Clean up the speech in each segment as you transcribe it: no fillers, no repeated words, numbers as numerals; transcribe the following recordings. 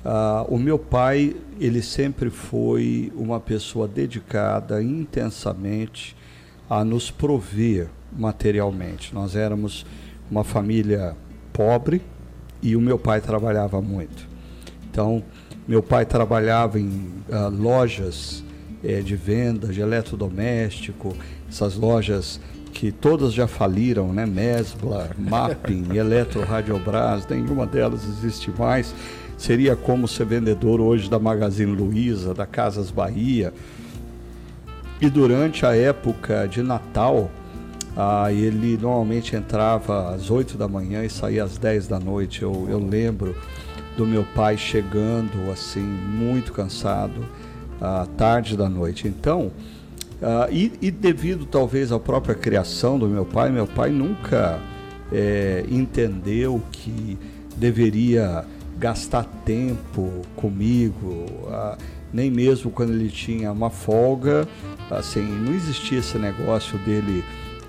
O meu pai, ele sempre foi uma pessoa dedicada intensamente a nos prover materialmente. Nós éramos uma família pobre e o meu pai trabalhava muito. Então, meu pai trabalhava em lojas de venda de eletrodoméstico, essas lojas que todas já faliram, né? Mesbla, Mapping, Eletro Radiobras, nenhuma delas existe mais. Seria como ser vendedor hoje da Magazine Luiza, da Casas Bahia. E durante a época de Natal, ele normalmente entrava às 8 da manhã e saía às 10 da noite. Eu lembro do meu pai chegando assim, muito cansado, à tarde da noite. Então, e devido talvez à própria criação do meu pai nunca entendeu que deveria gastar tempo comigo, nem mesmo quando ele tinha uma folga, assim, não existia esse negócio dele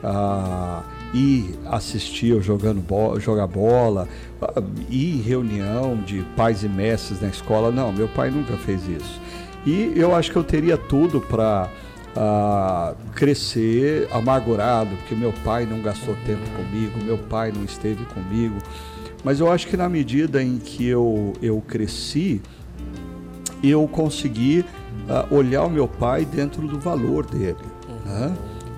ir assistir ou jogar bola, ir em reunião de pais e mestres na escola. Não, meu pai nunca fez isso. E eu acho que eu teria tudo para crescer amargurado, porque meu pai não gastou tempo comigo, meu pai não esteve comigo. Mas eu acho que na medida em que eu cresci, eu consegui olhar o meu pai dentro do valor dele, né?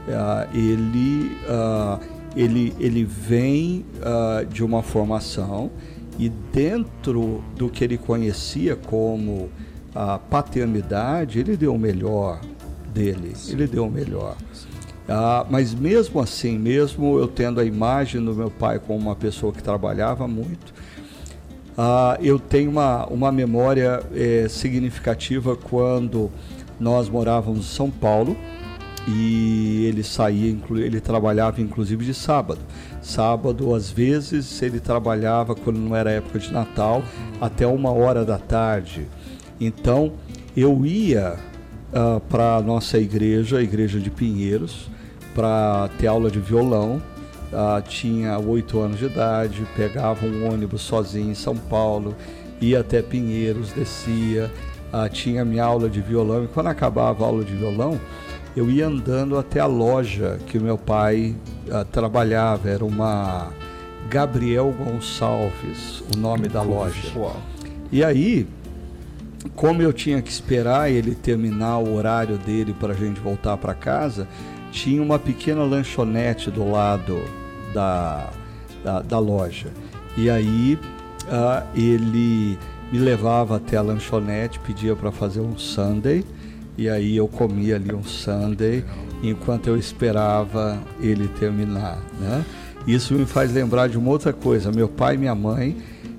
Ele vem de uma formação, e dentro do que ele conhecia como a paternidade, ele deu o melhor dele, ele deu o melhor. Mas mesmo assim, mesmo eu tendo a imagem do meu pai como uma pessoa que trabalhava muito, eu tenho uma memória significativa quando nós morávamos em São Paulo, e ele trabalhava inclusive de sábado. Sábado, às vezes, ele trabalhava, quando não era época de Natal, até 1h da tarde. Então, eu ia para a nossa igreja, a igreja de Pinheiros, para ter aula de violão. Tinha 8 anos de idade, pegava um ônibus sozinho em São Paulo, ia até Pinheiros, descia, tinha minha aula de violão, e quando acabava a aula de violão, eu ia andando até a loja que o meu pai trabalhava. Era uma Gabriel Gonçalves, o nome da loja. E aí, como eu tinha que esperar ele terminar o horário dele para a gente voltar para casa, tinha uma pequena lanchonete do lado da loja. E aí ele me levava até a lanchonete, pedia para fazer um sundae, e aí eu comia ali um sundae enquanto eu esperava ele terminar, né? Isso me faz lembrar de uma outra coisa. Meu pai e minha mãe,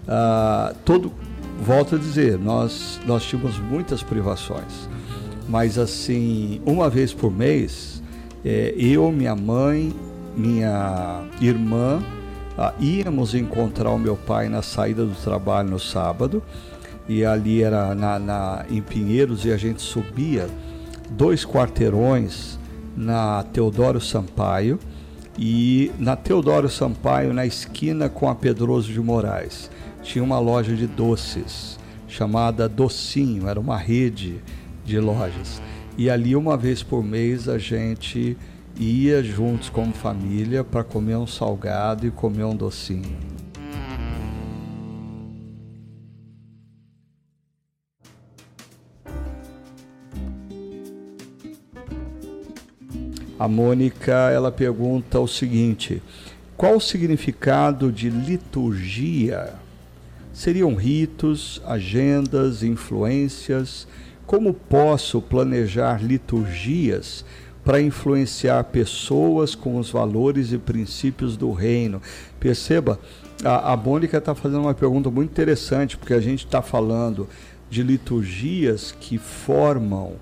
volto a dizer, nós tínhamos muitas privações, mas assim, uma vez por mês, eu, minha mãe, minha irmã, íamos encontrar o meu pai na saída do trabalho no sábado, e ali era em Pinheiros, e a gente subia 2 quarteirões na Teodoro Sampaio, e na Teodoro Sampaio, na esquina com a Pedroso de Moraes, tinha uma loja de doces chamada Docinho, era uma rede de lojas, e ali uma vez por mês a gente ia juntos como família para comer um salgado e comer um docinho. A Mônica, ela pergunta o seguinte: qual o significado de liturgia? Seriam ritos, agendas, influências? Como posso planejar liturgias para influenciar pessoas com os valores e princípios do reino? Perceba, a Mônica está fazendo uma pergunta muito interessante, porque a gente está falando de liturgias que formam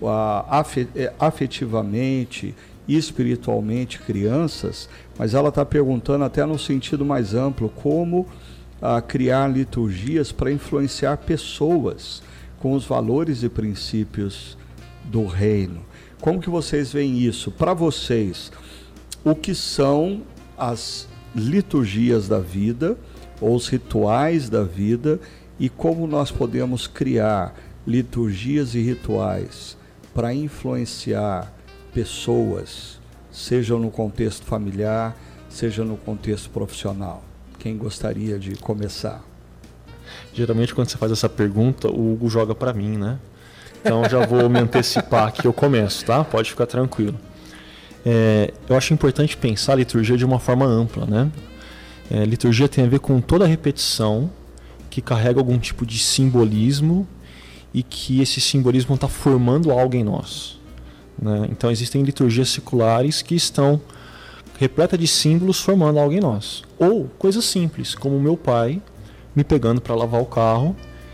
afetivamente e espiritualmente crianças, mas ela está perguntando até no sentido mais amplo, como criar liturgias para influenciar pessoas com os valores e princípios do reino. Como que vocês veem isso? Para vocês, o que são as liturgias da vida, ou os rituais da vida, e como nós podemos criar liturgias e rituais para influenciar pessoas, seja no contexto familiar, seja no contexto profissional. Quem gostaria de começar? Geralmente quando você faz essa pergunta, o Hugo joga para mim, né? Então já vou me antecipar que eu começo, tá? Pode ficar tranquilo. Eu acho importante pensar a liturgia de uma forma ampla, né? Liturgia tem a ver com toda a repetição que carrega algum tipo de simbolismo e que esse simbolismo está formando algo em nós, né? Então existem liturgias seculares que estão repletas de símbolos formando algo em nós. Ou coisas simples, como o meu pai me pegando para lavar o carro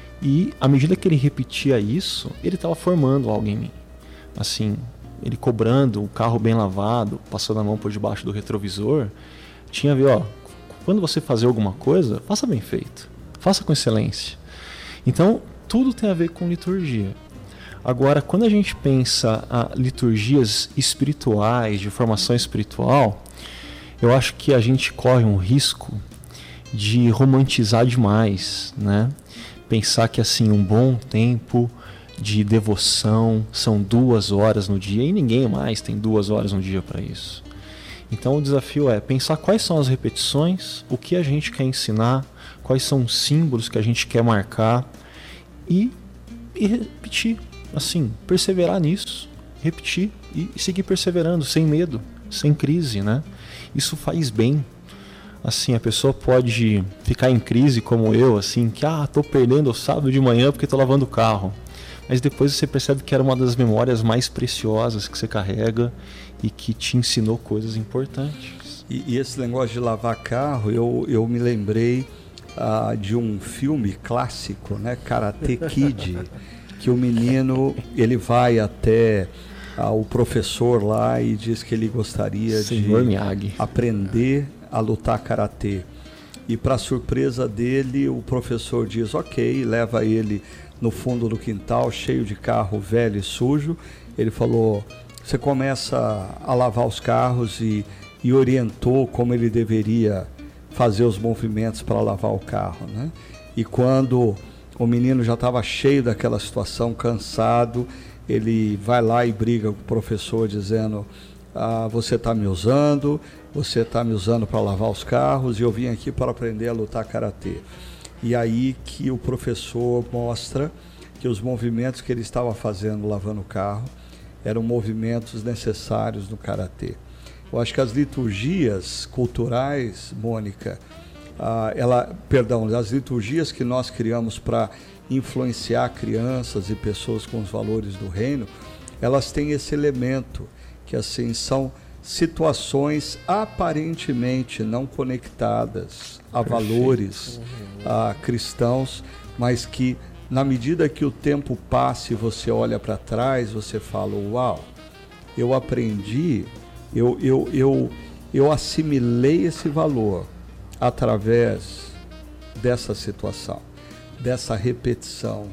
e à medida que ele repetia isso, ele estava formando algo em mim. Assim, ele cobrando o carro bem lavado, passando a mão por debaixo do retrovisor, tinha a ver, quando você fazer alguma coisa, faça bem feito, faça com excelência. Então, tudo tem a ver com liturgia. Agora, quando a gente pensa em liturgias espirituais, de formação espiritual, eu acho que a gente corre um risco de romantizar demais, né? Pensar que assim, um bom tempo de devoção são 2 horas no dia, e ninguém mais tem 2 horas no dia para isso. Então o desafio é pensar quais são as repetições, o que a gente quer ensinar, quais são os símbolos que a gente quer marcar e repetir, assim, perseverar nisso, repetir e seguir perseverando, sem medo, sem crise, né? Isso faz bem. Assim, a pessoa pode ficar em crise como eu, assim, que tô perdendo o sábado de manhã porque tô lavando o carro. Mas depois você percebe que era uma das memórias mais preciosas que você carrega e que te ensinou coisas importantes. E esse negócio de lavar carro, eu me lembrei de um filme clássico, né, Karate Kid, que o menino, ele vai até o professor lá e diz que ele gostaria Senhor de Miyagi. aprender a lutar karatê. E para surpresa dele, o professor diz ok, leva ele no fundo do quintal, cheio de carro velho e sujo. Ele falou, você começa a lavar os carros e orientou como ele deveria fazer os movimentos para lavar o carro, né? E quando o menino já estava cheio daquela situação, cansado, ele vai lá e briga com o professor dizendo, você está me usando para lavar os carros e eu vim aqui para aprender a lutar karatê. E aí que o professor mostra que os movimentos que ele estava fazendo lavando o carro eram movimentos necessários no karatê. Eu acho que as liturgias culturais, Mônica, as liturgias que nós criamos para influenciar crianças e pessoas com os valores do reino, elas têm esse elemento, que assim são situações aparentemente não conectadas a valores cristãos, mas que na medida que o tempo passa e você olha para trás, você fala, uau, eu aprendi, eu assimilei esse valor através dessa situação, dessa repetição.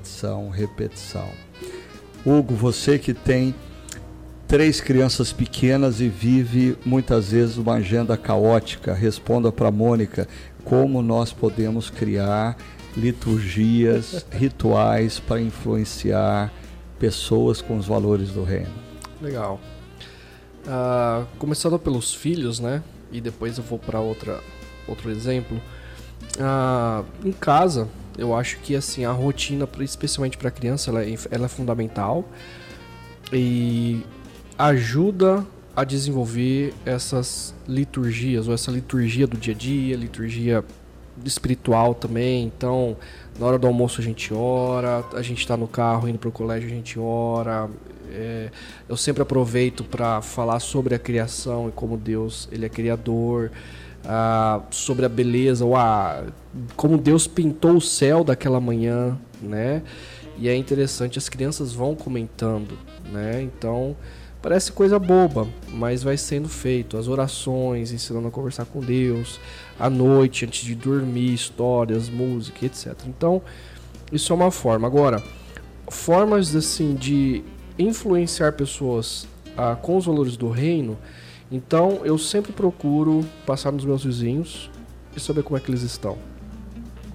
Hugo, você que tem 3 crianças pequenas e vive muitas vezes uma agenda caótica, responda para a Mônica como nós podemos criar liturgias, rituais para influenciar pessoas com os valores do reino. Legal. Começando pelos filhos, né? E depois eu vou para outro exemplo. Em casa, eu acho que assim, a rotina, especialmente para a criança, ela é fundamental e ajuda a desenvolver essas liturgias, ou essa liturgia do dia a dia, liturgia espiritual também. Então, na hora do almoço a gente ora, a gente está no carro indo para o colégio, a gente ora. Eu sempre aproveito para falar sobre a criação e como Deus ele é criador, sobre a beleza, como Deus pintou o céu daquela manhã, né? E é interessante, as crianças vão comentando, né? Então, parece coisa boba, mas vai sendo feito. As orações, ensinando a conversar com Deus, à noite, antes de dormir, histórias, música, etc. Então, isso é uma forma. Agora, formas assim de influenciar pessoas com os valores do reino. Então, eu sempre procuro passar nos meus vizinhos e saber como é que eles estão.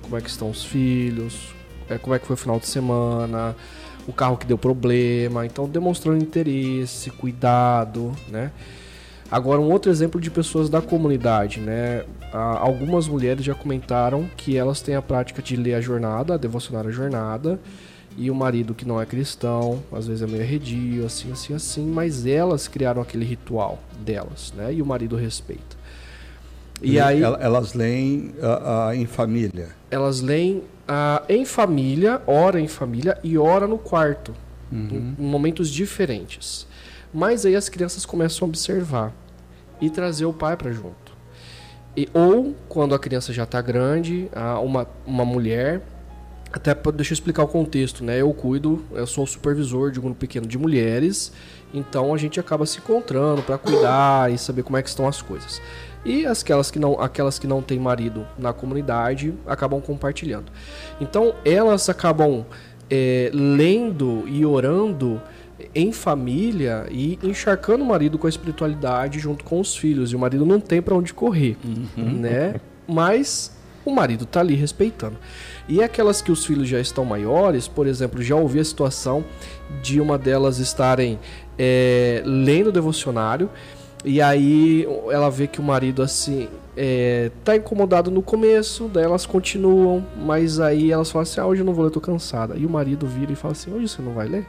como é que estão os filhos, como é que foi o final de semana, o carro que deu problema. Então, demonstrando interesse, cuidado, né? Agora, um outro exemplo de pessoas da comunidade, né? Algumas mulheres já comentaram que elas têm a prática de ler a jornada, devocionar a jornada, e o marido que não é cristão, às vezes é meio arredio, assim, mas elas criaram aquele ritual delas, né? E o marido respeita. E aí, elas leem em família? Elas leem em família, ora em família e ora no quarto, em momentos diferentes. Mas aí as crianças começam a observar e trazer o pai para junto. Ou, quando a criança já está grande, uma mulher... Até deixa eu explicar o contexto, né? Eu sou o supervisor de um grupo pequeno de mulheres, então a gente acaba se encontrando para cuidar e saber como é que estão as coisas. E aquelas que não têm marido na comunidade acabam compartilhando. Então elas acabam lendo e orando em família e encharcando o marido com a espiritualidade junto com os filhos. E o marido não tem para onde correr, né? Mas o marido tá ali respeitando. E aquelas que os filhos já estão maiores, por exemplo, já ouvi a situação de uma delas estarem lendo o devocionário, e aí ela vê que o marido assim tá incomodado no começo, daí elas continuam, mas aí elas falam assim, hoje eu não vou ler, eu tô cansada. E o marido vira e fala assim, hoje você não vai ler?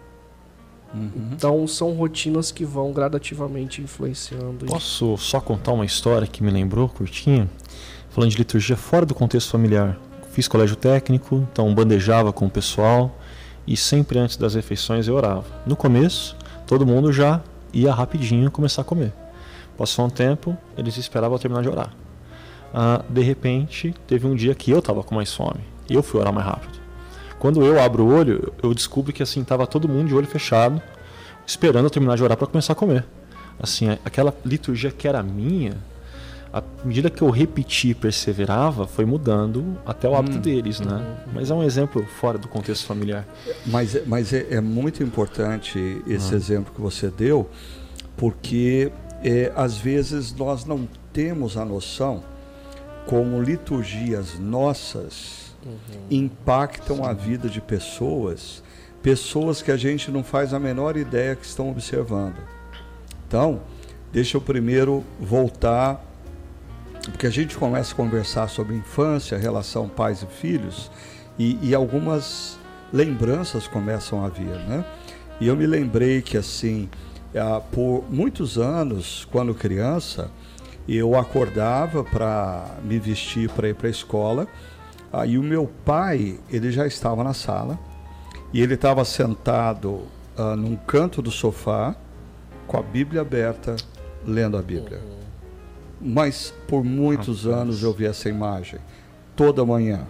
Então são rotinas que vão gradativamente influenciando. Posso só contar uma história que me lembrou, curtinha? Falando de liturgia fora do contexto familiar. Fiz colégio técnico, então bandejava com o pessoal e sempre antes das refeições eu orava. No começo, todo mundo já ia rapidinho começar a comer. Passou um tempo, eles esperavam eu terminar de orar. De repente, teve um dia que eu estava com mais fome e eu fui orar mais rápido. Quando eu abro o olho, eu descubro que assim estava todo mundo de olho fechado, esperando eu terminar de orar para começar a comer. Assim, aquela liturgia que era minha, à medida que eu repeti e perseverava, foi mudando até o hábito deles, né? Mas é um exemplo fora do contexto familiar. Mas é muito importante esse exemplo que você deu, porque às vezes nós não temos a noção como liturgias nossas impactam a vida de pessoas que a gente não faz a menor ideia que estão observando. Então, deixa eu primeiro voltar, porque a gente começa a conversar sobre infância, relação pais e filhos, e algumas lembranças começam a vir, né? E eu me lembrei que, assim, por muitos anos, quando criança, eu acordava para me vestir para ir para a escola, e o meu pai, ele já estava na sala, e ele estava sentado num canto do sofá, com a Bíblia aberta, lendo a Bíblia. Mas por muitos anos eu vi essa imagem, toda manhã.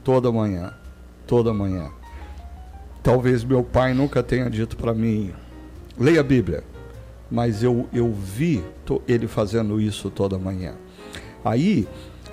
Talvez meu pai nunca tenha dito para mim, leia a Bíblia, mas eu vi ele fazendo isso toda manhã. Aí,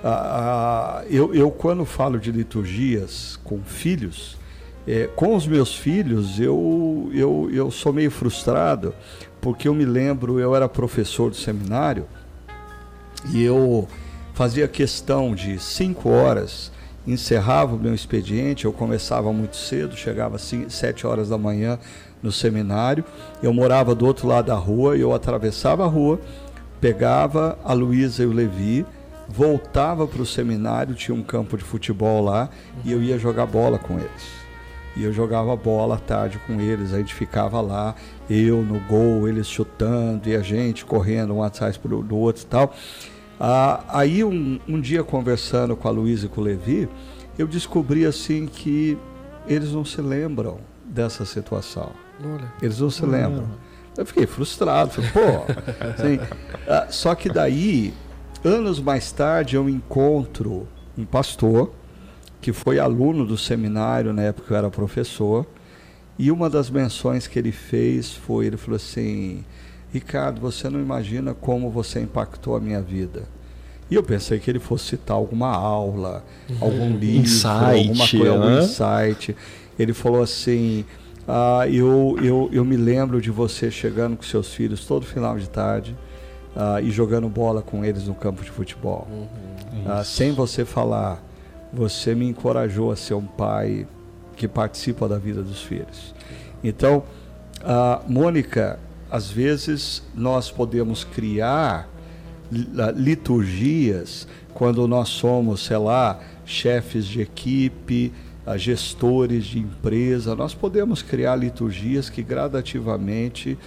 eu quando falo de liturgias com filhos, com os meus filhos, eu sou meio frustrado, porque eu me lembro, eu era professor do seminário, e eu fazia questão de 5 horas, encerrava o meu expediente, eu começava muito cedo, chegava às 7 horas da manhã no seminário, eu morava do outro lado da rua, eu atravessava a rua, pegava a Luísa e o Levi, voltava para o seminário, tinha um campo de futebol lá, e eu ia jogar bola com eles. E eu jogava bola à tarde com eles, a gente ficava lá, eu no gol, eles chutando, e a gente correndo um atrás do outro e tal. Aí um dia conversando com a Luísa e com o Levi, eu descobri assim que eles não se lembram dessa situação. Olha. Eles não se lembram. Eu fiquei frustrado, falei, assim, só que daí, anos mais tarde, eu encontro um pastor que foi aluno do seminário, na época eu era professor, e uma das menções que ele fez foi, ele falou assim, Ricardo, você não imagina como você impactou a minha vida. E eu pensei que ele fosse citar alguma aula, algum livro, insight, alguma coisa, algum insight. Ele falou assim, eu me lembro de você chegando com seus filhos todo final de tarde e jogando bola com eles no campo de futebol. Sem você falar, você me encorajou a ser um pai que participa da vida dos filhos. Então, Mônica, às vezes nós podemos criar liturgias quando nós somos, sei lá, chefes de equipe, gestores de empresa. Nós podemos criar liturgias que gradativamente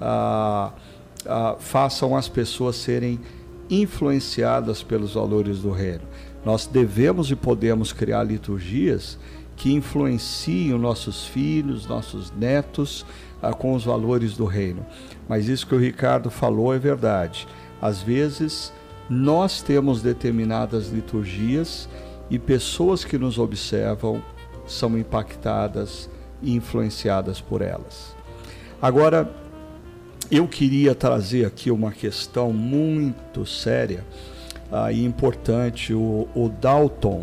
façam as pessoas serem influenciadas pelos valores do reino. Nós devemos e podemos criar liturgias que influenciem os nossos filhos, nossos netos com os valores do reino. Mas isso que o Ricardo falou é verdade. Às vezes nós temos determinadas liturgias e pessoas que nos observam são impactadas e influenciadas por elas. Agora, eu queria trazer aqui uma questão muito séria e importante. O Dalton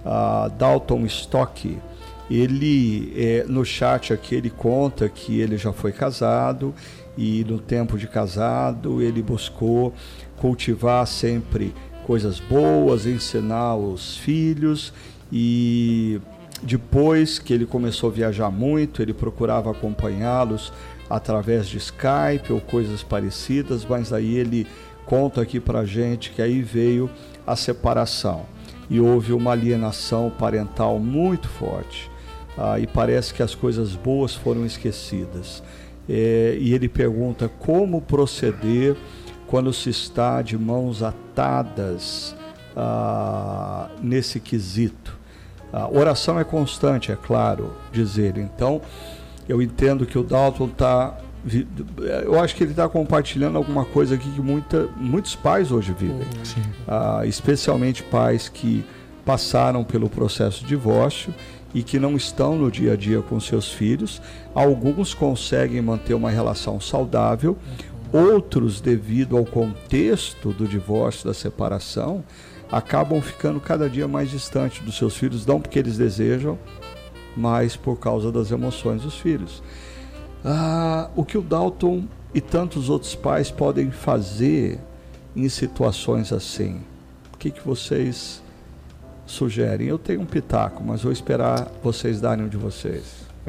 Stock, ele no chat aqui ele conta que ele já foi casado e no tempo de casado ele buscou cultivar sempre coisas boas, ensinar os filhos, e depois que ele começou a viajar muito, ele procurava acompanhá-los através de Skype ou coisas parecidas, mas aí ele conta aqui pra gente que aí veio a separação e houve uma alienação parental muito forte, e parece que as coisas boas foram esquecidas. E ele pergunta como proceder quando se está de mãos atadas nesse quesito. A oração é constante, é claro, diz ele. Então, eu entendo que o Dalton eu acho que ele está compartilhando alguma coisa aqui que muitos pais hoje vivem. Especialmente pais que passaram pelo processo de divórcio e que não estão no dia a dia com seus filhos. Alguns conseguem manter uma relação saudável, outros, devido ao contexto do divórcio, da separação, acabam ficando cada dia mais distantes dos seus filhos, não porque eles desejam, mas por causa das emoções dos filhos. O que o Dalton e tantos outros pais podem fazer em situações assim? O que vocês sugerem? Eu tenho um pitaco, mas vou esperar vocês darem um de vocês.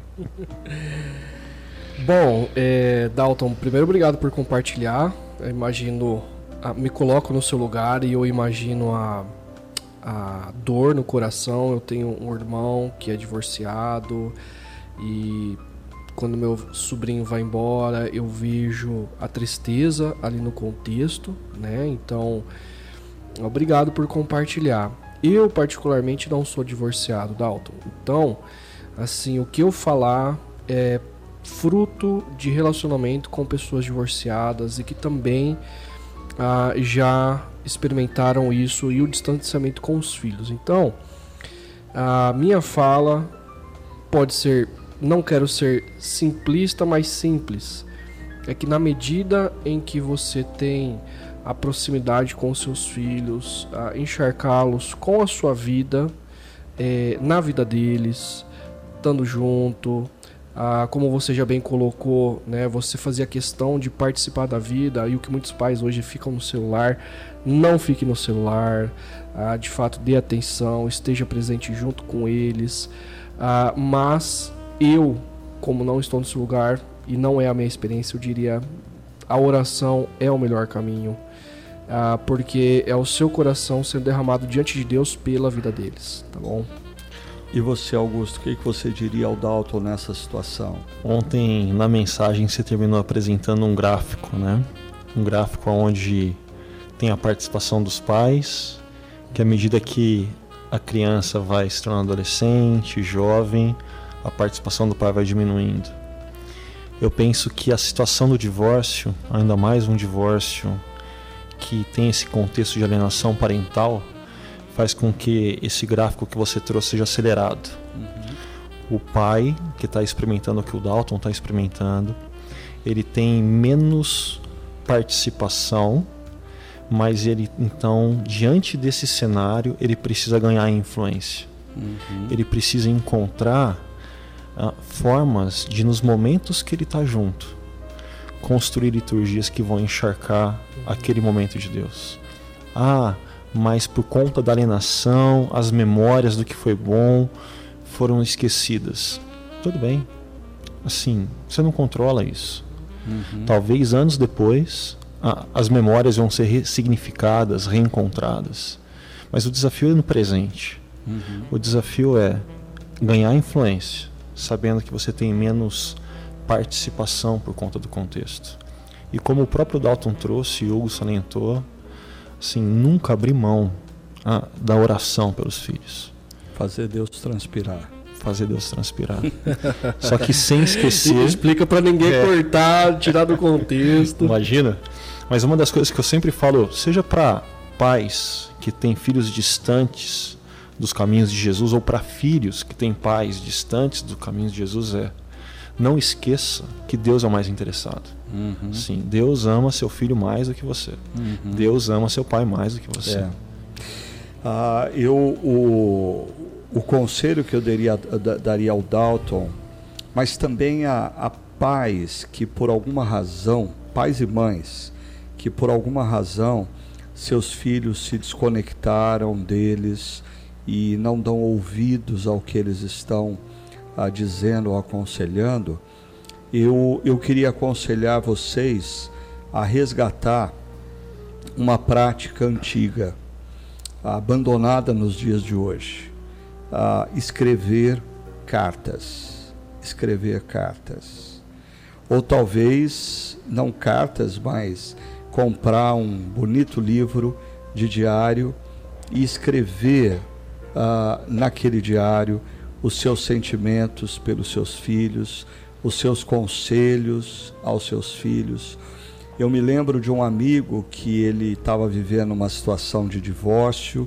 Bom, Dalton, primeiro obrigado por compartilhar. Eu imagino, me coloco no seu lugar e eu imagino a dor no coração. Eu tenho um irmão que é divorciado e quando meu sobrinho vai embora eu vejo a tristeza ali no contexto, né? Então, obrigado por compartilhar. Eu particularmente não sou divorciado, Dalton. Então, assim, o que eu falar é fruto de relacionamento com pessoas divorciadas e que também já experimentaram isso e o distanciamento com os filhos. Então, a minha fala pode ser, não quero ser simplista, mas simples. É que na medida em que você tem a proximidade com os seus filhos, encharcá-los com a sua vida, na vida deles, estando junto, como você já bem colocou, né, você fazia questão de participar da vida, e o que muitos pais hoje ficam no celular, não fique no celular, de fato dê atenção, esteja presente junto com eles, mas eu, como não estou nesse lugar e não é a minha experiência, eu diria a oração é o melhor caminho, porque é o seu coração sendo derramado diante de Deus pela vida deles, tá bom? E você, Augusto, o que você diria ao Dalton nessa situação? Ontem, na mensagem, você terminou apresentando um gráfico, né? Um gráfico onde tem a participação dos pais, que à medida que a criança vai se tornando adolescente, jovem, a participação do pai vai diminuindo. Eu penso que a situação do divórcio, ainda mais um divórcio que tem esse contexto de alienação parental, faz com que esse gráfico que você trouxe seja acelerado. O pai, que está experimentando o que o Dalton está experimentando, ele tem menos participação, mas ele, então, diante desse cenário, ele precisa ganhar influência. Ele precisa encontrar formas de, nos momentos que ele está junto, construir liturgias que vão encharcar aquele momento de Deus. mas por conta da alienação, as memórias do que foi bom foram esquecidas. Tudo bem. Assim, você não controla isso. Talvez anos depois, as memórias vão ser ressignificadas, reencontradas. Mas o desafio é no presente. O desafio é ganhar influência, sabendo que você tem menos participação por conta do contexto. E como o próprio Dalton trouxe e o Hugo salientou, assim, nunca abrir mão da oração pelos filhos. Fazer Deus transpirar. Fazer Deus transpirar. Só que sem esquecer... Explica para ninguém cortar, tirar do contexto. Imagina. Mas uma das coisas que eu sempre falo, seja para pais que têm filhos distantes dos caminhos de Jesus, ou para filhos que têm pais distantes dos caminhos de Jesus, não esqueça que Deus é o mais interessado. Sim, Deus ama seu filho mais do que você. Deus ama seu pai mais do que você. O conselho que eu daria ao Dalton, mas também a pais que por alguma razão, pais e mães, que por alguma razão seus filhos se desconectaram deles e não dão ouvidos ao que eles estão dizendo ou aconselhando, eu queria aconselhar vocês a resgatar uma prática antiga, abandonada nos dias de hoje. Escrever cartas. Escrever cartas. Ou talvez, não cartas, mas comprar um bonito livro de diário e escrever naquele diário os seus sentimentos pelos seus filhos, os seus conselhos aos seus filhos. Eu me lembro de um amigo que ele estava vivendo uma situação de divórcio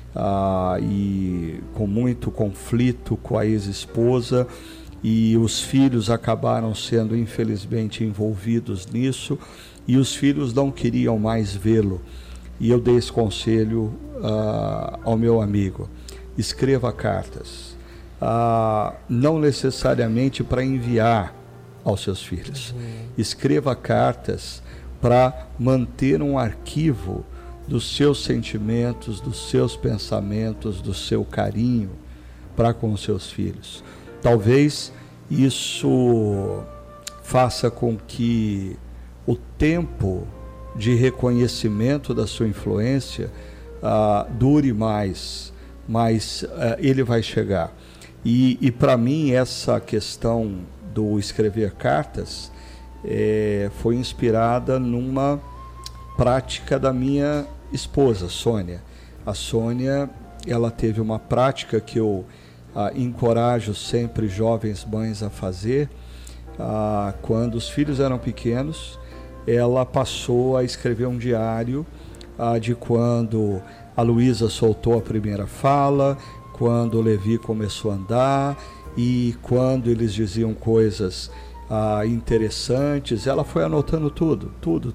e com muito conflito com a ex-esposa, e os filhos acabaram sendo infelizmente envolvidos nisso, e os filhos não queriam mais vê-lo. E eu dei esse conselho ao meu amigo: escreva cartas, não necessariamente para enviar aos seus filhos. Escreva cartas para manter um arquivo dos seus sentimentos, dos seus pensamentos, do seu carinho para com os seus filhos. Talvez isso faça com que o tempo de reconhecimento da sua influência dure mais, mas ele vai chegar. E para mim essa questão do escrever cartas foi inspirada numa prática da minha esposa, Sônia. A Sônia, ela teve uma prática que eu encorajo sempre jovens mães a fazer. Quando os filhos eram pequenos, ela passou a escrever um diário de quando a Luísa soltou a primeira fala, quando o Levi começou a andar e quando eles diziam coisas interessantes. Ela foi anotando tudo,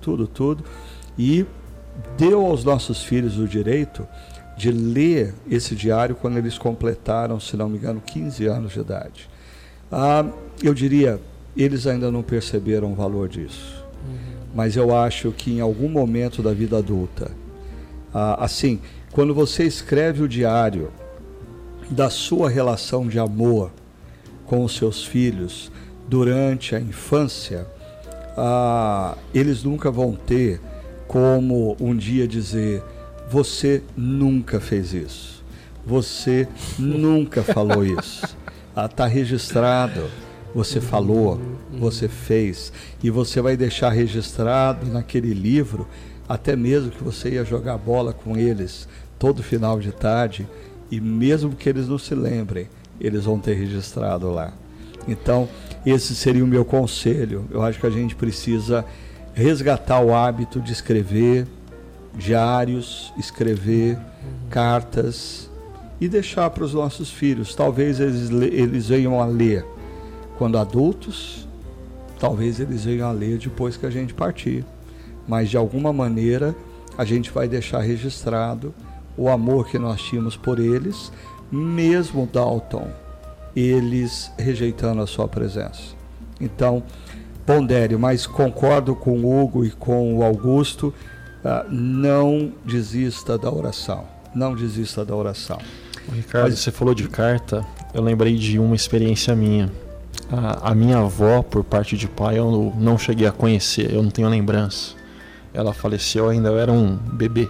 e deu aos nossos filhos o direito de ler esse diário quando eles completaram, se não me engano, 15 anos de idade. Eu diria, eles ainda não perceberam o valor disso, mas eu acho que em algum momento da vida adulta, assim, quando você escreve o diário da sua relação de amor com os seus filhos durante a infância, eles nunca vão ter como um dia dizer: você nunca fez isso, você nunca falou isso. Está registrado, você falou, você fez, e você vai deixar registrado naquele livro, até mesmo que você ia jogar bola com eles todo final de tarde, e mesmo que eles não se lembrem, eles vão ter registrado lá. Então, esse seria o meu conselho. Eu acho que a gente precisa resgatar o hábito de escrever diários, escrever cartas e deixar para os nossos filhos. Talvez eles venham a ler quando adultos, talvez eles venham a ler depois que a gente partir, mas de alguma maneira a gente vai deixar registrado o amor que nós tínhamos por eles, mesmo, Dalton, eles rejeitando a sua presença. Então, pondere, mas concordo com o Hugo e com o Augusto, não desista da oração. Não desista da oração. Ricardo, você falou de carta, eu lembrei de uma experiência minha. A minha avó, por parte de pai, eu não cheguei a conhecer, eu não tenho lembrança. Ela faleceu, eu era um bebê.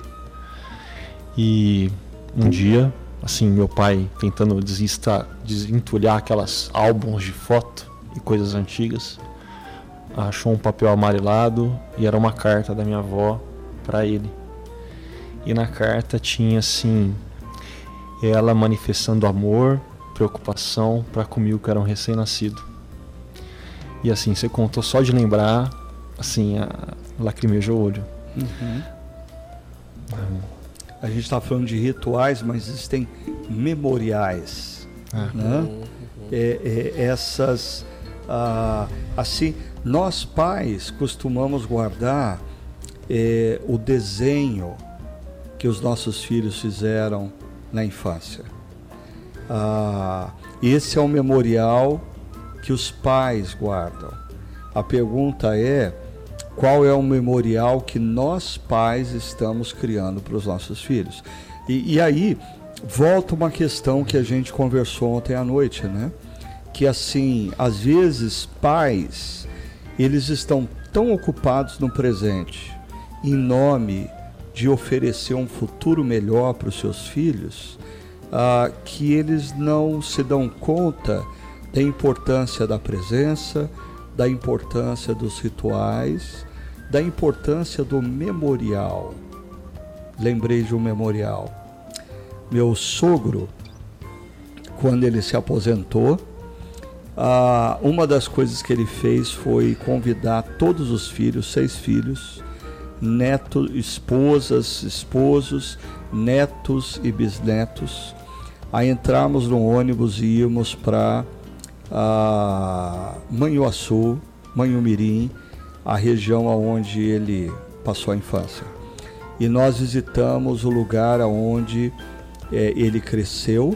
E um dia, assim, meu pai tentando desentulhar aquelas álbuns de foto e coisas antigas, achou um papel amarelado e era uma carta da minha avó para ele. E na carta tinha assim, ela manifestando amor, preocupação para comigo que era um recém-nascido. E assim, você contou só de lembrar, assim, lacrimeja o olho. Uhum. A gente está falando de rituais, mas existem memoriais, né? Essas, assim, nós pais costumamos guardar o desenho que os nossos filhos fizeram na infância. Esse é um memorial que os pais guardam. A pergunta é: qual é o memorial que nós pais estamos criando para os nossos filhos? E aí volta uma questão que a gente conversou ontem à noite, né? Que assim, às vezes pais, eles estão tão ocupados no presente, em nome de oferecer um futuro melhor para os seus filhos, que eles não se dão conta da importância da presença, da importância dos rituais, da importância do memorial. Lembrei de um memorial. Meu sogro, quando ele se aposentou, uma das coisas que ele fez foi convidar todos os filhos, 6 filhos, netos, esposas, esposos, netos e bisnetos, a entrarmos no ônibus e irmos para Manhuaçu, Manhumirim, a região onde ele passou a infância. E nós visitamos o lugar onde ele cresceu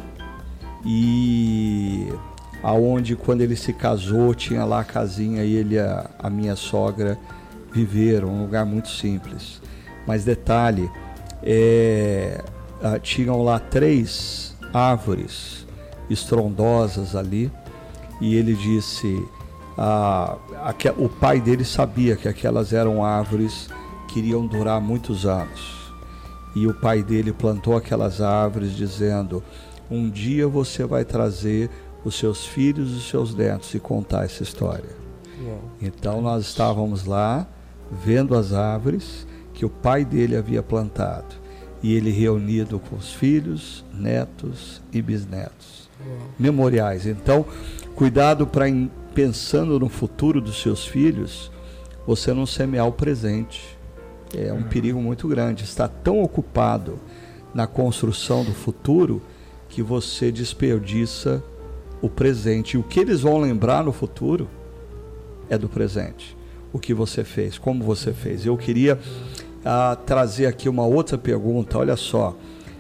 e aonde, quando ele se casou, tinha lá a casinha e ele e a minha sogra viveram, um lugar muito simples. Mas detalhe, tinham lá 3 árvores estrondosas ali, e ele disse, o pai dele sabia que aquelas eram árvores que iriam durar muitos anos, e o pai dele plantou aquelas árvores dizendo: um dia você vai trazer os seus filhos e os seus netos e contar essa história. Então nós estávamos lá vendo as árvores que o pai dele havia plantado, e ele reunido com os filhos, netos e bisnetos. Memoriais. Então, cuidado para, pensando no futuro dos seus filhos, você não semear o presente. É um perigo muito grande. Está tão ocupado na construção do futuro que você desperdiça o presente. E o que eles vão lembrar no futuro é do presente. O que você fez, como você fez. Eu queria trazer aqui uma outra pergunta. Olha só,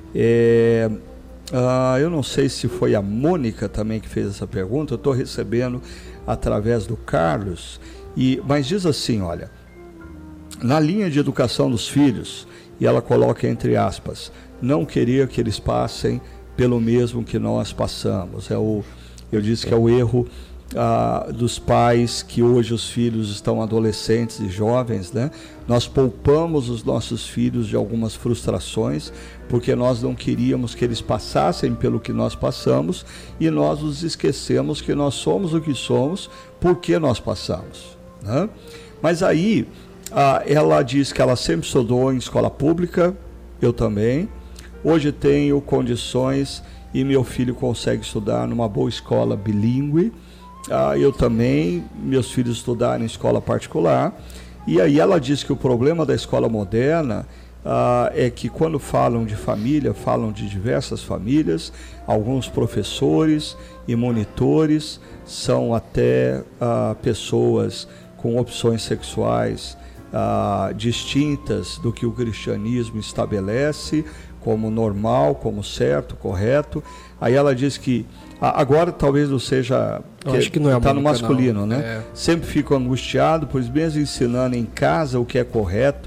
eu não sei se foi a Mônica também que fez essa pergunta. Eu estou recebendo através do Carlos, mas diz assim, olha, na linha de educação dos filhos, e ela coloca entre aspas, não querer que eles passem pelo mesmo que nós passamos. Eu disse que é o erro dos pais, que hoje os filhos estão adolescentes e jovens, né? Nós poupamos os nossos filhos de algumas frustrações, porque nós não queríamos que eles passassem pelo que nós passamos, e nós nos esquecemos que nós somos o que somos porque nós passamos, né? Mas aí, ela diz que ela sempre estudou em escola pública, eu também. Hoje tenho condições e meu filho consegue estudar numa boa escola bilíngue. Eu também, meus filhos estudaram em escola particular. E aí ela diz que o problema da escola moderna é que quando falam de família, falam de diversas famílias, alguns professores e monitores são até pessoas com opções sexuais distintas do que o cristianismo estabelece como normal, como certo, correto. Aí ela diz que agora talvez não seja, acho que não está no masculino, não, né? Sempre fico angustiado, pois mesmo ensinando em casa o que é correto,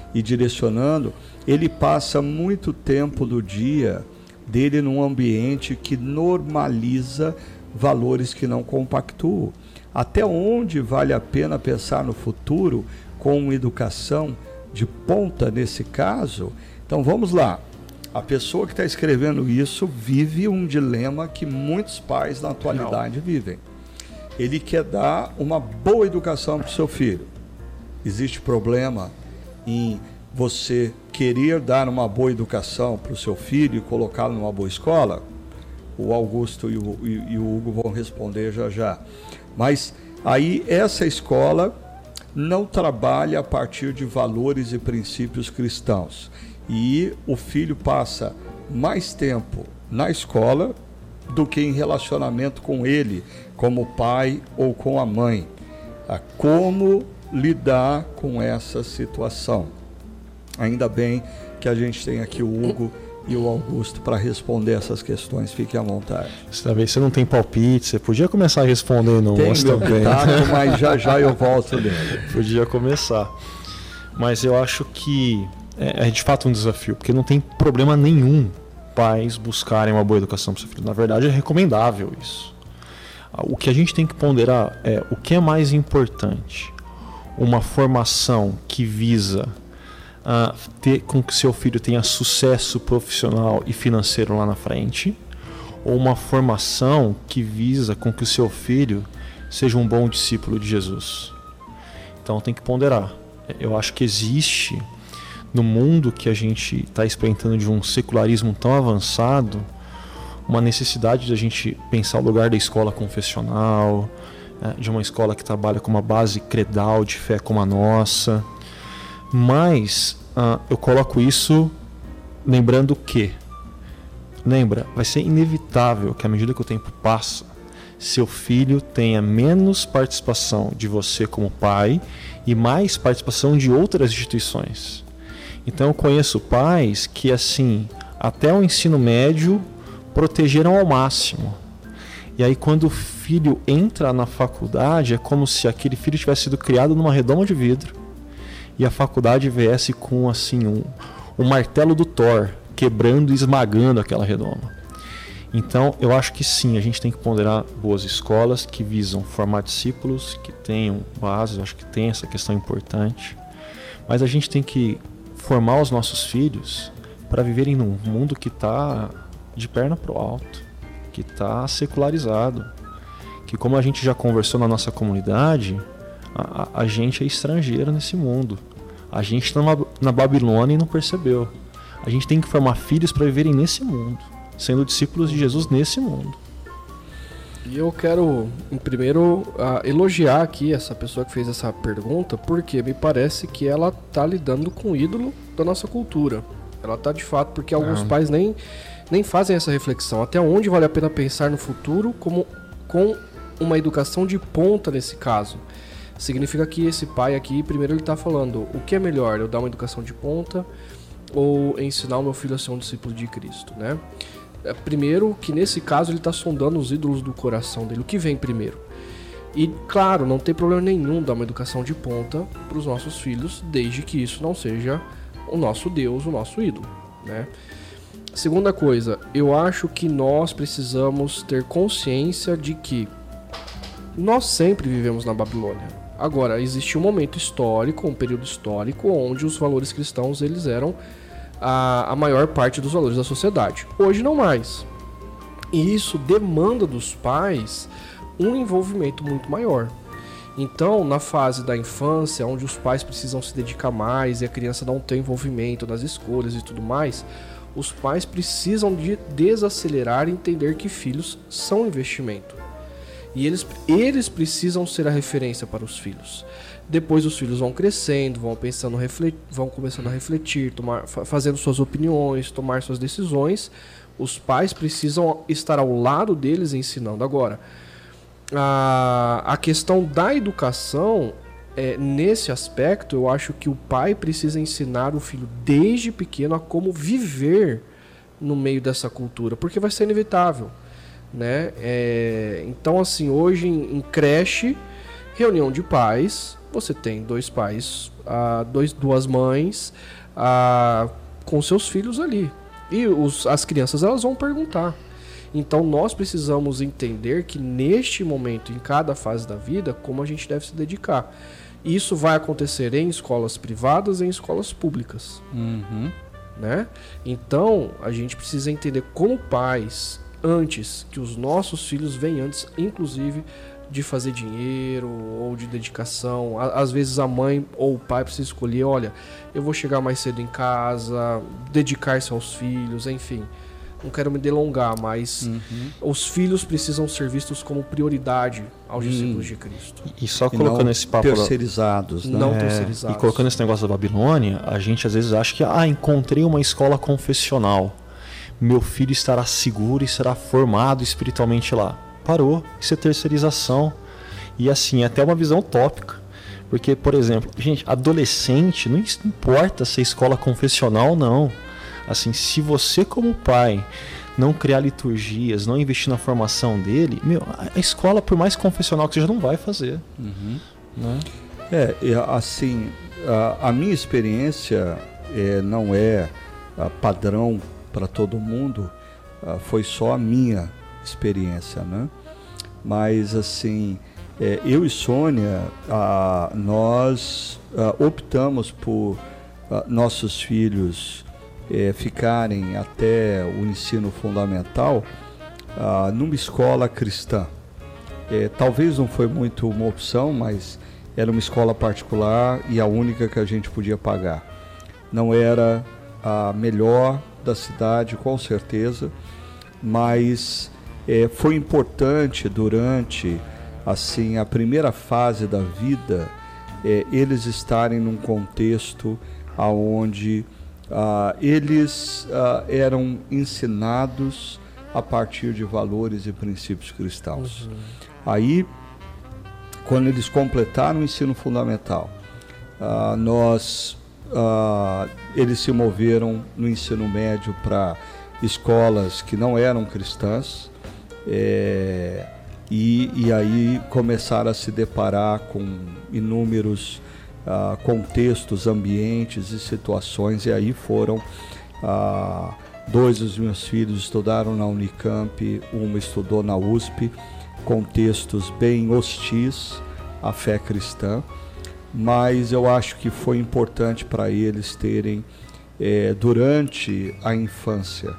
e direcionando, ele passa muito tempo do dia dele num ambiente que normaliza valores que não compactuam. Até onde vale a pena pensar no futuro com uma educação de ponta nesse caso? Então vamos lá. A pessoa que está escrevendo isso vive um dilema que muitos pais na atualidade vivem. Ele quer dar uma boa educação para o seu filho. Existe problema em você querer dar uma boa educação para o seu filho e colocá-lo numa boa escola? O Augusto e o Hugo vão responder já já. Mas aí essa escola não trabalha a partir de valores e princípios cristãos. E o filho passa mais tempo na escola do que em relacionamento com ele, como pai ou com a mãe. Como lidar com essa situação? Ainda bem que a gente tem aqui o Hugo e o Augusto para responder essas questões. Fique à vontade. Talvez você não tem palpite, você podia começar respondendo umas também. Mas já eu volto dele. Podia começar. Mas eu acho que é de fato um desafio, porque não tem problema nenhum pais buscarem uma boa educação para o seu filho. Na verdade, é recomendável isso. O que a gente tem que ponderar é o que é mais importante. Uma formação que visa ter com que seu filho tenha sucesso profissional e financeiro lá na frente, ou uma formação que visa com que o seu filho seja um bom discípulo de Jesus. Então tem que ponderar. Eu acho que existe, no mundo que a gente está experimentando de um secularismo tão avançado, uma necessidade de a gente pensar o lugar da escola confessional, de uma escola que trabalha com uma base credal de fé como a nossa. Mas eu coloco isso lembrando que, vai ser inevitável que à medida que o tempo passa, seu filho tenha menos participação de você como pai e mais participação de outras instituições. Então eu conheço pais que, assim, até o ensino médio protegeram ao máximo. E aí quando o filho entra na faculdade, é como se aquele filho tivesse sido criado numa redoma de vidro e a faculdade viesse com assim um martelo do Thor, quebrando e esmagando aquela redoma. Então eu acho que sim, a gente tem que ponderar boas escolas que visam formar discípulos, que tenham bases, eu acho que tem essa questão importante. Mas a gente tem que formar os nossos filhos para viverem num mundo que está de perna pro alto, que está secularizado, que, como a gente já conversou na nossa comunidade, a gente é estrangeiro nesse mundo. A gente está na Babilônia e não percebeu. A gente tem que formar filhos para viverem nesse mundo, sendo discípulos de Jesus nesse mundo. E eu quero, em primeiro, elogiar aqui essa pessoa que fez essa pergunta, porque me parece que ela está lidando com o ídolo da nossa cultura. Ela está de fato, porque alguns pais nem fazem essa reflexão. Até onde vale a pena pensar no futuro com uma educação de ponta nesse caso? Significa que esse pai aqui, primeiro ele está falando, o que é melhor, eu dar uma educação de ponta ou ensinar o meu filho a ser um discípulo de Cristo, né? Primeiro que nesse caso ele está sondando os ídolos do coração dele, o que vem primeiro. E claro, não tem problema nenhum dar uma educação de ponta para os nossos filhos, desde que isso não seja o nosso Deus, o nosso ídolo, né? Segunda coisa, eu acho que nós precisamos ter consciência de que nós sempre vivemos na Babilônia. Agora, existe um momento histórico, um período histórico, onde os valores cristãos eles eram a maior parte dos valores da sociedade. Hoje não mais. E isso demanda dos pais um envolvimento muito maior. Então, na fase da infância, onde os pais precisam se dedicar mais e a criança não tem envolvimento nas escolhas e tudo mais, os pais precisam de desacelerar e entender que filhos são investimento. E eles precisam ser a referência para os filhos. Depois os filhos vão crescendo, vão começando a refletir, fazendo suas opiniões, tomar suas decisões. Os pais precisam estar ao lado deles ensinando. Agora, a questão da educação, nesse aspecto, eu acho que o pai precisa ensinar o filho desde pequeno a como viver no meio dessa cultura, porque vai ser inevitável, né? Então, assim, hoje em creche, Reunião de pais, você tem 2 pais, 2 mães com seus filhos ali. E as crianças elas vão perguntar. Então nós precisamos entender que neste momento, em cada fase da vida, como a gente deve se dedicar. Isso vai acontecer em escolas privadas e em escolas públicas. Né? Então a gente precisa entender como pais, antes que os nossos filhos venham antes, inclusive de fazer dinheiro ou de dedicação. Às vezes a mãe ou o pai precisa escolher, olha, eu vou chegar mais cedo em casa, dedicar-se aos filhos, enfim. Não quero me delongar, mas os filhos precisam ser vistos como prioridade aos discípulos de Cristo. E só colocando esse papo... terceirizados, né? Não terceirizados. E colocando esse negócio da Babilônia, a gente às vezes acha que, encontrei uma escola confessional. Meu filho estará seguro e será formado espiritualmente lá. Parou, isso é terceirização. E assim, até uma visão utópica. Porque, por exemplo, gente, adolescente, não importa se é escola confessional ou não. Assim, se você como pai não criar liturgias, não investir na formação dele, a escola, por mais confessional que seja, não vai fazer. Né? Assim, a minha experiência não é padrão para todo mundo, foi só a minha experiência, né? Mas assim, eu e Sônia, nós optamos por nossos filhos ficarem até o ensino fundamental numa escola cristã. Talvez não foi muito uma opção, mas era uma escola particular e a única que a gente podia pagar. Não era a melhor da cidade, com certeza, mas foi importante durante assim a primeira fase da vida eles estarem num contexto onde eles eram ensinados a partir de valores e princípios cristãos. Aí, quando eles completaram o ensino fundamental, eles se moveram no ensino médio para escolas que não eram cristãs, e aí começaram a se deparar com inúmeros contextos, ambientes e situações, e aí foram 2 dos meus filhos estudaram na Unicamp, uma estudou na USP, contextos bem hostis à fé cristã, mas eu acho que foi importante para eles terem durante a infância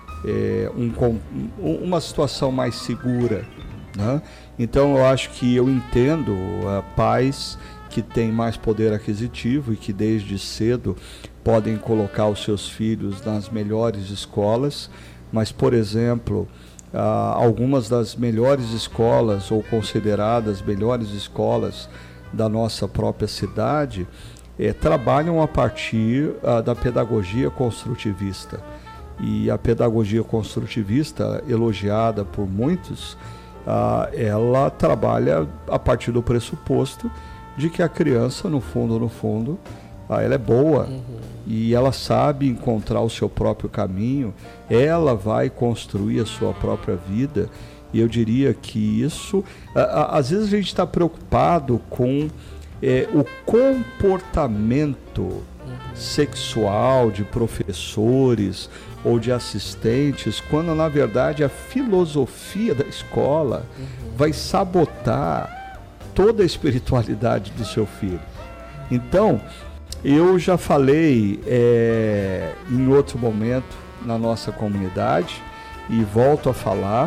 uma situação mais segura, né? Então eu acho que eu entendo pais que têm mais poder aquisitivo e que desde cedo podem colocar os seus filhos nas melhores escolas, mas, por exemplo, algumas das melhores escolas ou consideradas melhores escolas da nossa própria cidade trabalham a partir da pedagogia construtivista. E a pedagogia construtivista, elogiada por muitos, ela trabalha a partir do pressuposto de que a criança, no fundo, ela é boa, e ela sabe encontrar o seu próprio caminho, ela vai construir a sua própria vida. E eu diria que isso, às vezes a gente está preocupado com o comportamento sexual de professores ou de assistentes, quando na verdade a filosofia da escola vai sabotar toda a espiritualidade do seu filho. Então, eu já falei em outro momento na nossa comunidade e volto a falar.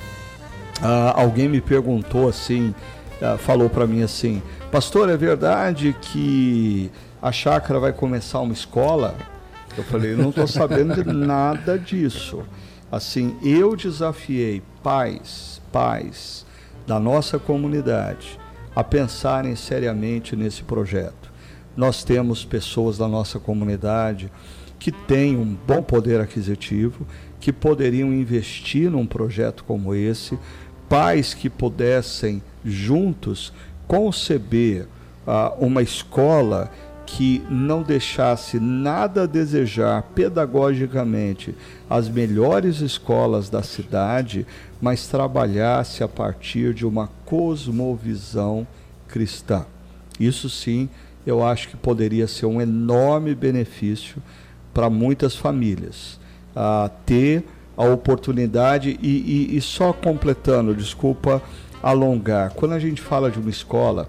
Alguém me perguntou assim, falou para mim assim: pastor, é verdade que a chácara vai começar uma escola? Eu falei, eu não estou sabendo de nada disso. Assim, eu desafiei pais da nossa comunidade a pensarem seriamente nesse projeto. Nós temos pessoas da nossa comunidade que têm um bom poder aquisitivo, que poderiam investir num projeto como esse, pais que pudessem juntos conceber uma escola que não deixasse nada a desejar pedagogicamente as melhores escolas da cidade, mas trabalhasse a partir de uma cosmovisão cristã. Isso sim, eu acho que poderia ser um enorme benefício para muitas famílias. Ter a oportunidade e só completando, desculpa alongar, quando a gente fala de uma escola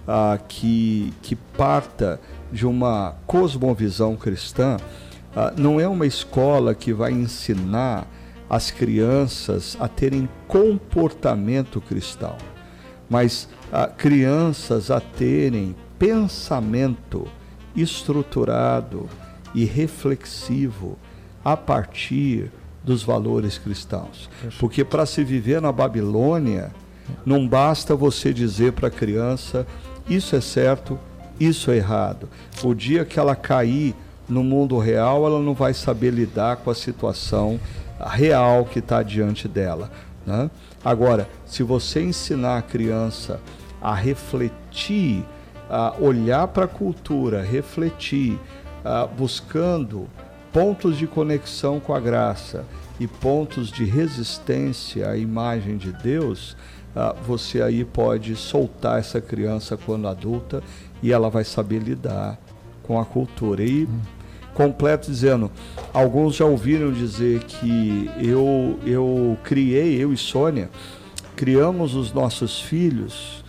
que parta de uma cosmovisão cristã, não é uma escola que vai ensinar as crianças a terem comportamento cristão, mas crianças a terem pensamento estruturado e reflexivo a partir dos valores cristãos. Porque para se viver na Babilônia, não basta você dizer para a criança, isso é certo, isso é errado. O dia que ela cair no mundo real, ela não vai saber lidar com a situação real que está diante dela, né? Agora, se você ensinar a criança a refletir, a olhar para a cultura, refletir, buscando pontos de conexão com a graça e pontos de resistência à imagem de Deus, você aí pode soltar essa criança quando adulta e ela vai saber lidar com a cultura. E completo dizendo, alguns já ouviram dizer que eu e Sônia, criamos os nossos filhos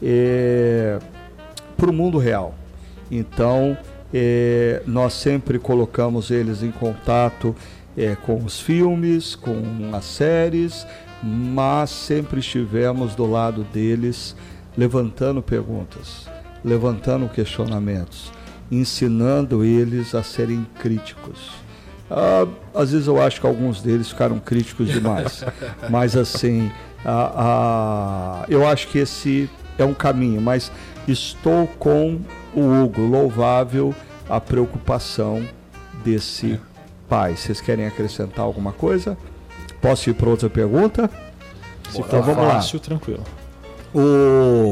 para o mundo real. Então, nós sempre colocamos eles em contato com os filmes, com as séries, mas sempre estivemos do lado deles, levantando perguntas, levantando questionamentos, ensinando eles a serem críticos. Às vezes eu acho que alguns deles ficaram críticos demais, mas assim, eu acho que esse é um caminho, mas estou com o Hugo, louvável a preocupação desse pai. Vocês querem acrescentar alguma coisa? Posso ir para outra pergunta? Se for vamos fácil, lá. tranquilo. O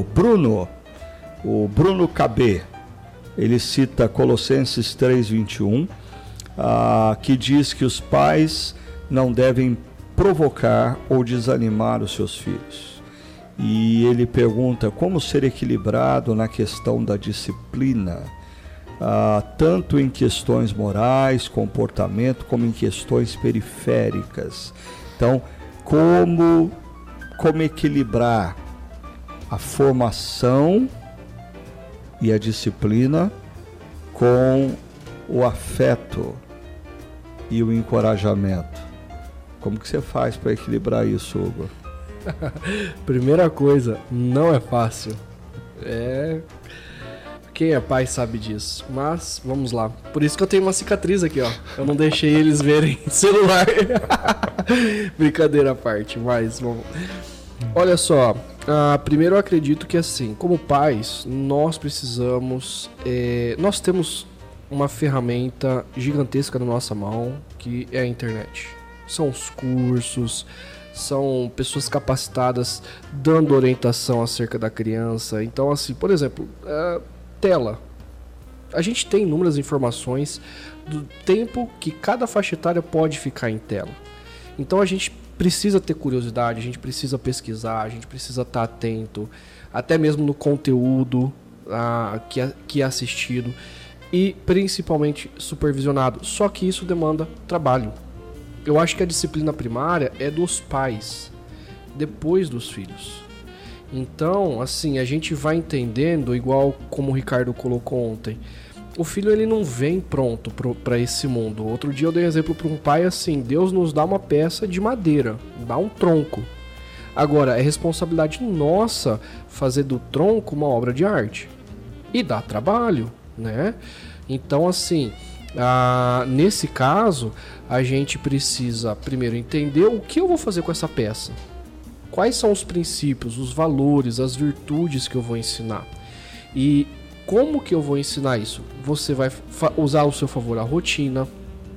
Bruno KB, ele cita Colossenses 3:21, que diz que os pais não devem provocar ou desanimar os seus filhos. E ele pergunta como ser equilibrado na questão da disciplina, tanto em questões morais, comportamento, como em questões periféricas. Então, como equilibrar a formação e a disciplina com o afeto e o encorajamento. Como que você faz para equilibrar isso, Hugo? Primeira coisa, não é fácil. Quem é pai sabe disso. Mas, vamos lá. Por isso que eu tenho uma cicatriz aqui, ó. Eu não deixei eles verem celular. Brincadeira à parte, mas vamos. Olha só. Primeiro eu acredito que assim, como pais, nós precisamos... nós temos uma ferramenta gigantesca na nossa mão, que é a internet. São os cursos, são pessoas capacitadas dando orientação acerca da criança. Então, assim, por exemplo, tela. A gente tem inúmeras informações do tempo que cada faixa etária pode ficar em tela. Então, a gente precisa ter curiosidade, a gente precisa pesquisar, a gente precisa estar atento, até mesmo no conteúdo que é assistido e principalmente supervisionado. Só que isso demanda trabalho. Eu acho que a disciplina primária é dos pais, depois dos filhos. Então, assim, a gente vai entendendo, igual como o Ricardo colocou ontem, o filho ele não vem pronto para esse mundo. Outro dia eu dei um exemplo para um pai assim, Deus nos dá uma peça de madeira, dá um tronco. Agora, é responsabilidade nossa fazer do tronco uma obra de arte. E dá trabalho, né? Então, assim, nesse caso, a gente precisa primeiro entender o que eu vou fazer com essa peça. Quais são os princípios, os valores, as virtudes que eu vou ensinar. E como que eu vou ensinar isso? Você vai usar ao seu favor a rotina,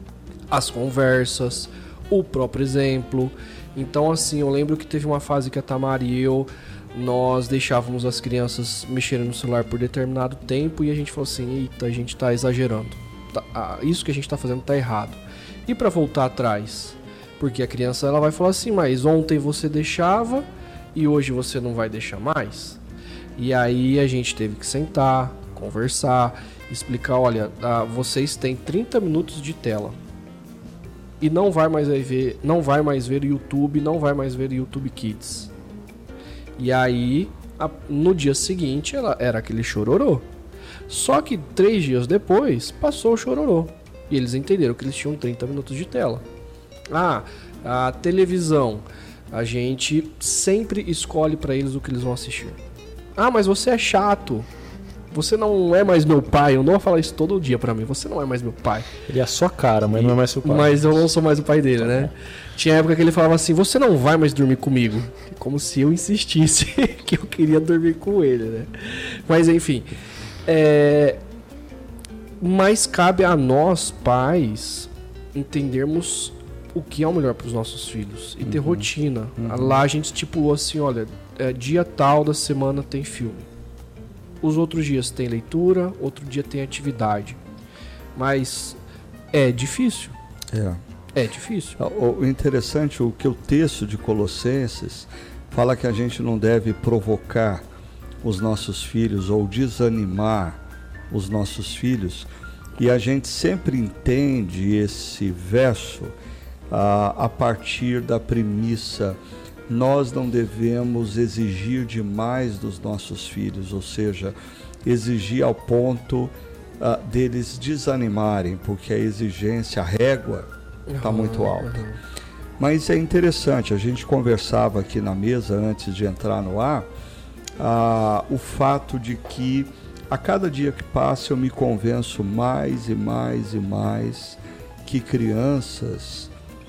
as conversas, o próprio exemplo. Então, assim, eu lembro que teve uma fase que a Tamara e eu, nós deixávamos as crianças mexerem no celular por determinado tempo e a gente falou assim, eita, a gente tá exagerando. Isso que a gente tá fazendo tá errado. E para voltar atrás? Porque a criança ela vai falar assim, mas ontem você deixava e hoje você não vai deixar mais? E aí a gente teve que sentar, conversar, explicar, olha, vocês têm 30 minutos de tela. E não vai mais ver YouTube, não vai mais ver YouTube Kids. E aí, no dia seguinte, era aquele chororô. Só que 3 dias depois, passou o chororô. E eles entenderam que eles tinham 30 minutos de tela. A televisão, a gente sempre escolhe para eles o que eles vão assistir. Mas você é chato. Você não é mais meu pai. Eu não vou falar isso todo dia pra mim. Você não é mais meu pai. Ele é a sua cara, mas não é mais seu pai. Mas eu não sou mais o pai dele, né? Tinha época que ele falava assim, você não vai mais dormir comigo. Como se eu insistisse que eu queria dormir com ele, né? Mas enfim. Mas cabe a nós, pais, entendermos o que é o melhor pros nossos filhos. E ter rotina. Lá a gente estipulou assim, olha, dia tal da semana tem filme. Os outros dias tem leitura, outro dia tem atividade. Mas é difícil. É difícil. O interessante é que o texto de Colossenses fala que a gente não deve provocar os nossos filhos ou desanimar os nossos filhos. E a gente sempre entende esse verso a partir da premissa: nós não devemos exigir demais dos nossos filhos, ou seja, exigir ao ponto deles desanimarem, porque a exigência, a régua está muito alta. Mas é interessante, a gente conversava aqui na mesa antes de entrar no ar, o fato de que a cada dia que passa eu me convenço mais e mais e mais que crianças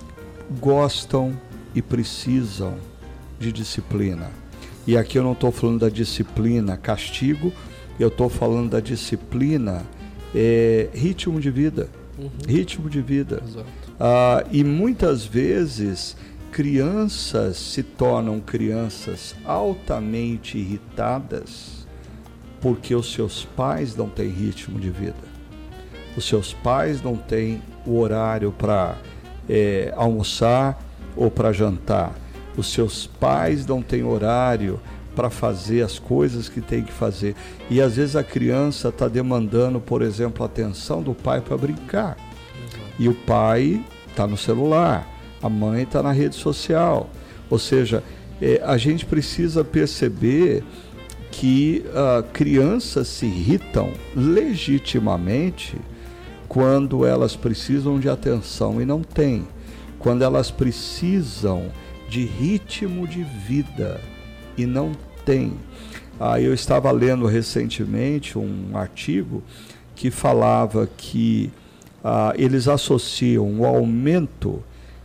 gostam e precisam de disciplina. E aqui eu não estou falando da disciplina castigo, eu estou falando da disciplina ritmo de vida. Ritmo de vida. E muitas vezes crianças se tornam crianças altamente irritadas porque os seus pais não têm ritmo de vida. Os seus pais não têm o horário para almoçar ou para jantar. Os seus pais não têm horário para fazer as coisas que tem que fazer. E às vezes a criança está demandando, por exemplo, a atenção do pai para brincar. E o pai está no celular, a mãe está na rede social. Ou seja, a gente precisa perceber que crianças se irritam legitimamente quando elas precisam de atenção e não têm. Quando elas precisam de ritmo de vida e não tem. Eu estava lendo recentemente um artigo que falava que eles associam o aumento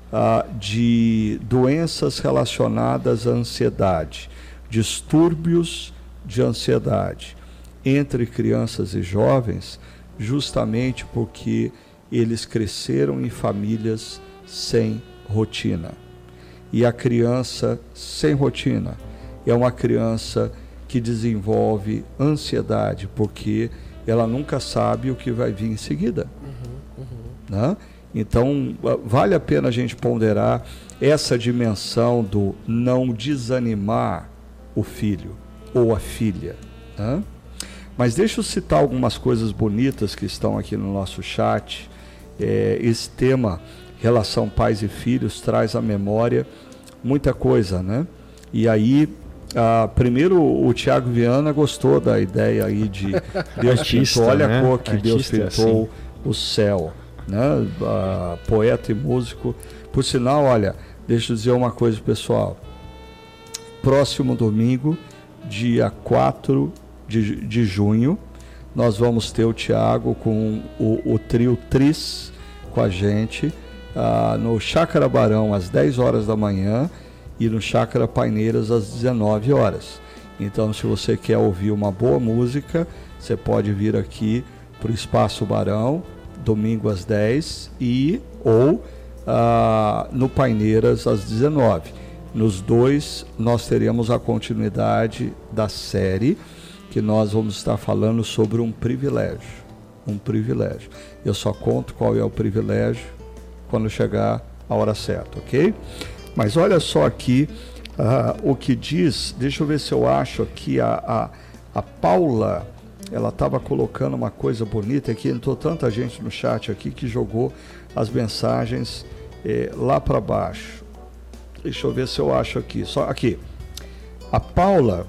de doenças relacionadas à ansiedade, distúrbios de ansiedade entre crianças e jovens, justamente porque eles cresceram em famílias sem rotina. E a criança sem rotina é uma criança que desenvolve ansiedade, porque ela nunca sabe o que vai vir em seguida. Né? Então, vale a pena a gente ponderar essa dimensão do não desanimar o filho ou a filha. Né? Mas deixa eu citar algumas coisas bonitas que estão aqui no nosso chat. Esse tema, relação pais e filhos, traz à memória muita coisa, né? E aí, primeiro o Tiago Viana gostou da ideia aí de Deus artista, pintou, olha né? a cor que Artista, Deus pintou assim. O céu, né? Poeta e músico. Por sinal, olha, deixa eu dizer uma coisa, pessoal. Próximo domingo, dia 4 de junho, nós vamos ter o Tiago com o trio Tris com a gente, no Chácara Barão às 10 horas da manhã e no Chácara Paineiras às 19 horas. Então, se você quer ouvir uma boa música, você pode vir aqui para o Espaço Barão, domingo às 10 ou no Paineiras às 19. Nos dois, nós teremos a continuidade da série, que nós vamos estar falando sobre um privilégio. Um privilégio. Eu só conto qual é o privilégio quando chegar a hora certa, ok? Mas olha só aqui o que diz, deixa eu ver se eu acho aqui A Paula, ela estava colocando uma coisa bonita aqui, entrou tanta gente no chat aqui que jogou as mensagens lá para baixo. Deixa eu ver se eu acho aqui. Só aqui. A Paula,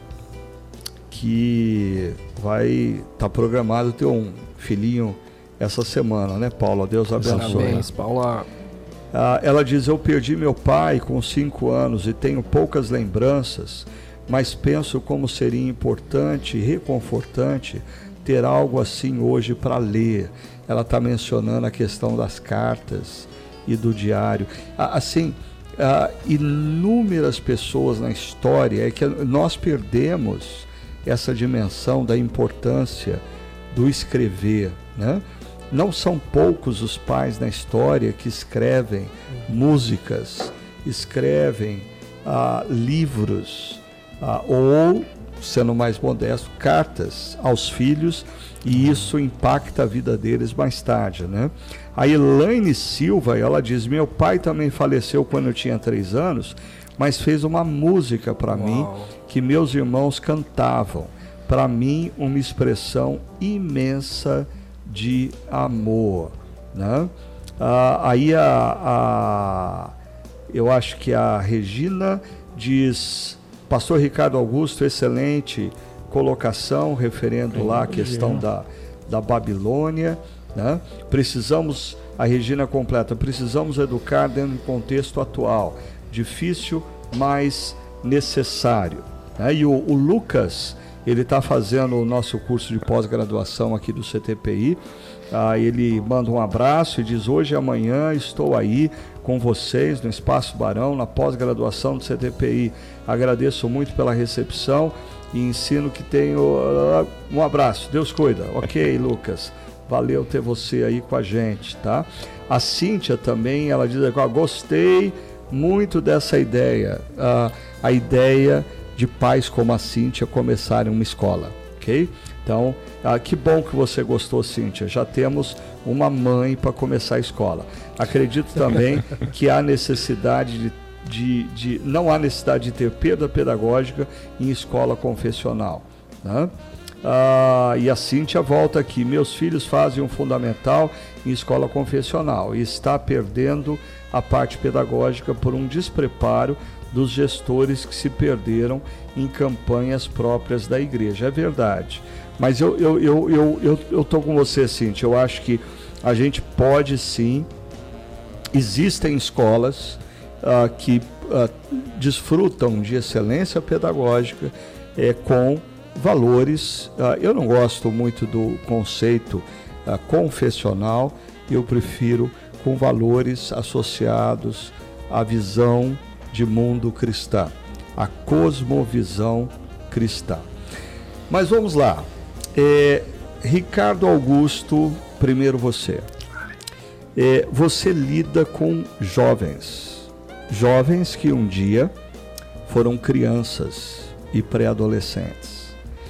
que vai estar programado ter um filhinho essa semana, né, Paula? Deus abençoe. Parabéns, Paula. Ela diz: eu perdi meu pai com 5 anos e tenho poucas lembranças, mas penso como seria importante e reconfortante ter algo assim hoje para ler. Ela está mencionando a questão das cartas e do diário. Assim, inúmeras pessoas na história, é que nós perdemos essa dimensão da importância do escrever, né? Não são poucos os pais na história que escrevem músicas, escrevem livros, ou, sendo mais modesto, cartas aos filhos, e isso impacta a vida deles mais tarde, né? A Elaine Silva, ela diz: meu pai também faleceu quando eu tinha 3 anos, mas fez uma música para mim que meus irmãos cantavam. Para mim, uma expressão imensa de amor, né? Aí eu acho que a Regina diz: Pastor Ricardo Augusto, excelente colocação, referendo lá a questão da Babilônia, né? A Regina completa: precisamos educar dentro do contexto atual, difícil, mas necessário, né? E o Lucas, ele está fazendo o nosso curso de pós-graduação aqui do CTPI. Ele manda um abraço e diz: hoje e amanhã estou aí com vocês no Espaço Barão, na pós-graduação do CTPI. Agradeço muito pela recepção e ensino que tenho. Um abraço, Deus cuida. Ok, Lucas, valeu ter você aí com a gente, tá? A Cíntia também, ela diz: gostei muito dessa ideia, a ideia de pais como a Cíntia começarem uma escola, ok? Então, que bom que você gostou, Cíntia. Já temos uma mãe para começar a escola. Acredito também que há necessidade não há necessidade de ter perda pedagógica em escola confessional, né? E a Cíntia volta aqui: meus filhos fazem um fundamental em escola confessional e está perdendo a parte pedagógica por um despreparo dos gestores que se perderam em campanhas próprias da igreja. É verdade, mas eu estou com você, Cíntia. Eu acho que a gente pode sim. Existem escolas que desfrutam de excelência pedagógica com valores. Eu não gosto muito do conceito confessional, eu prefiro com valores associados à visão de mundo cristã, a cosmovisão cristã. Mas vamos lá. Ricardo Augusto, primeiro você. Você lida com jovens que um dia foram crianças e pré-adolescentes.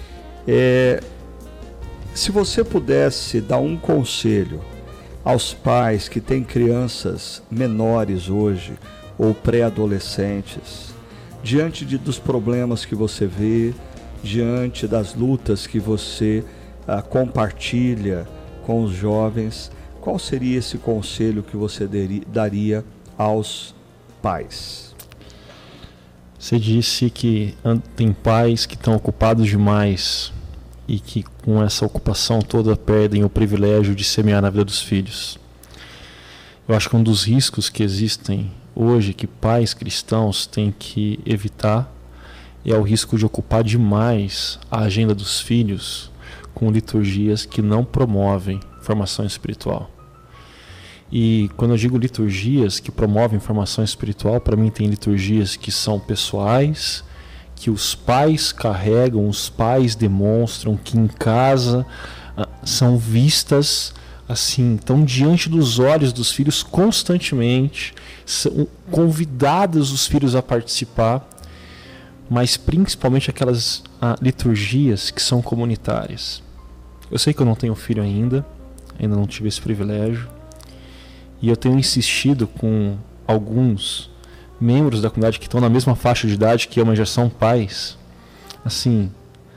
Se você pudesse dar um conselho aos pais que têm crianças menores hoje ou pré-adolescentes, diante dos problemas que você vê, diante das lutas que você compartilha com os jovens, qual seria esse conselho que você daria aos pais? Você disse que tem pais que estão ocupados demais e que com essa ocupação toda perdem o privilégio de semear na vida dos filhos. Eu acho que um dos riscos que existem hoje, que pais cristãos têm que evitar, é o risco de ocupar demais a agenda dos filhos com liturgias que não promovem formação espiritual. E quando eu digo liturgias que promovem formação espiritual, para mim tem liturgias que são pessoais, que os pais carregam, os pais demonstram, que em casa são vistas assim, estão diante dos olhos dos filhos constantemente, são convidados os filhos a participar, mas principalmente aquelas liturgias que são comunitárias. Eu sei que eu não tenho filho ainda não tive esse privilégio, e eu tenho insistido com alguns membros da comunidade que estão na mesma faixa de idade que eu, mas já são pais, assim,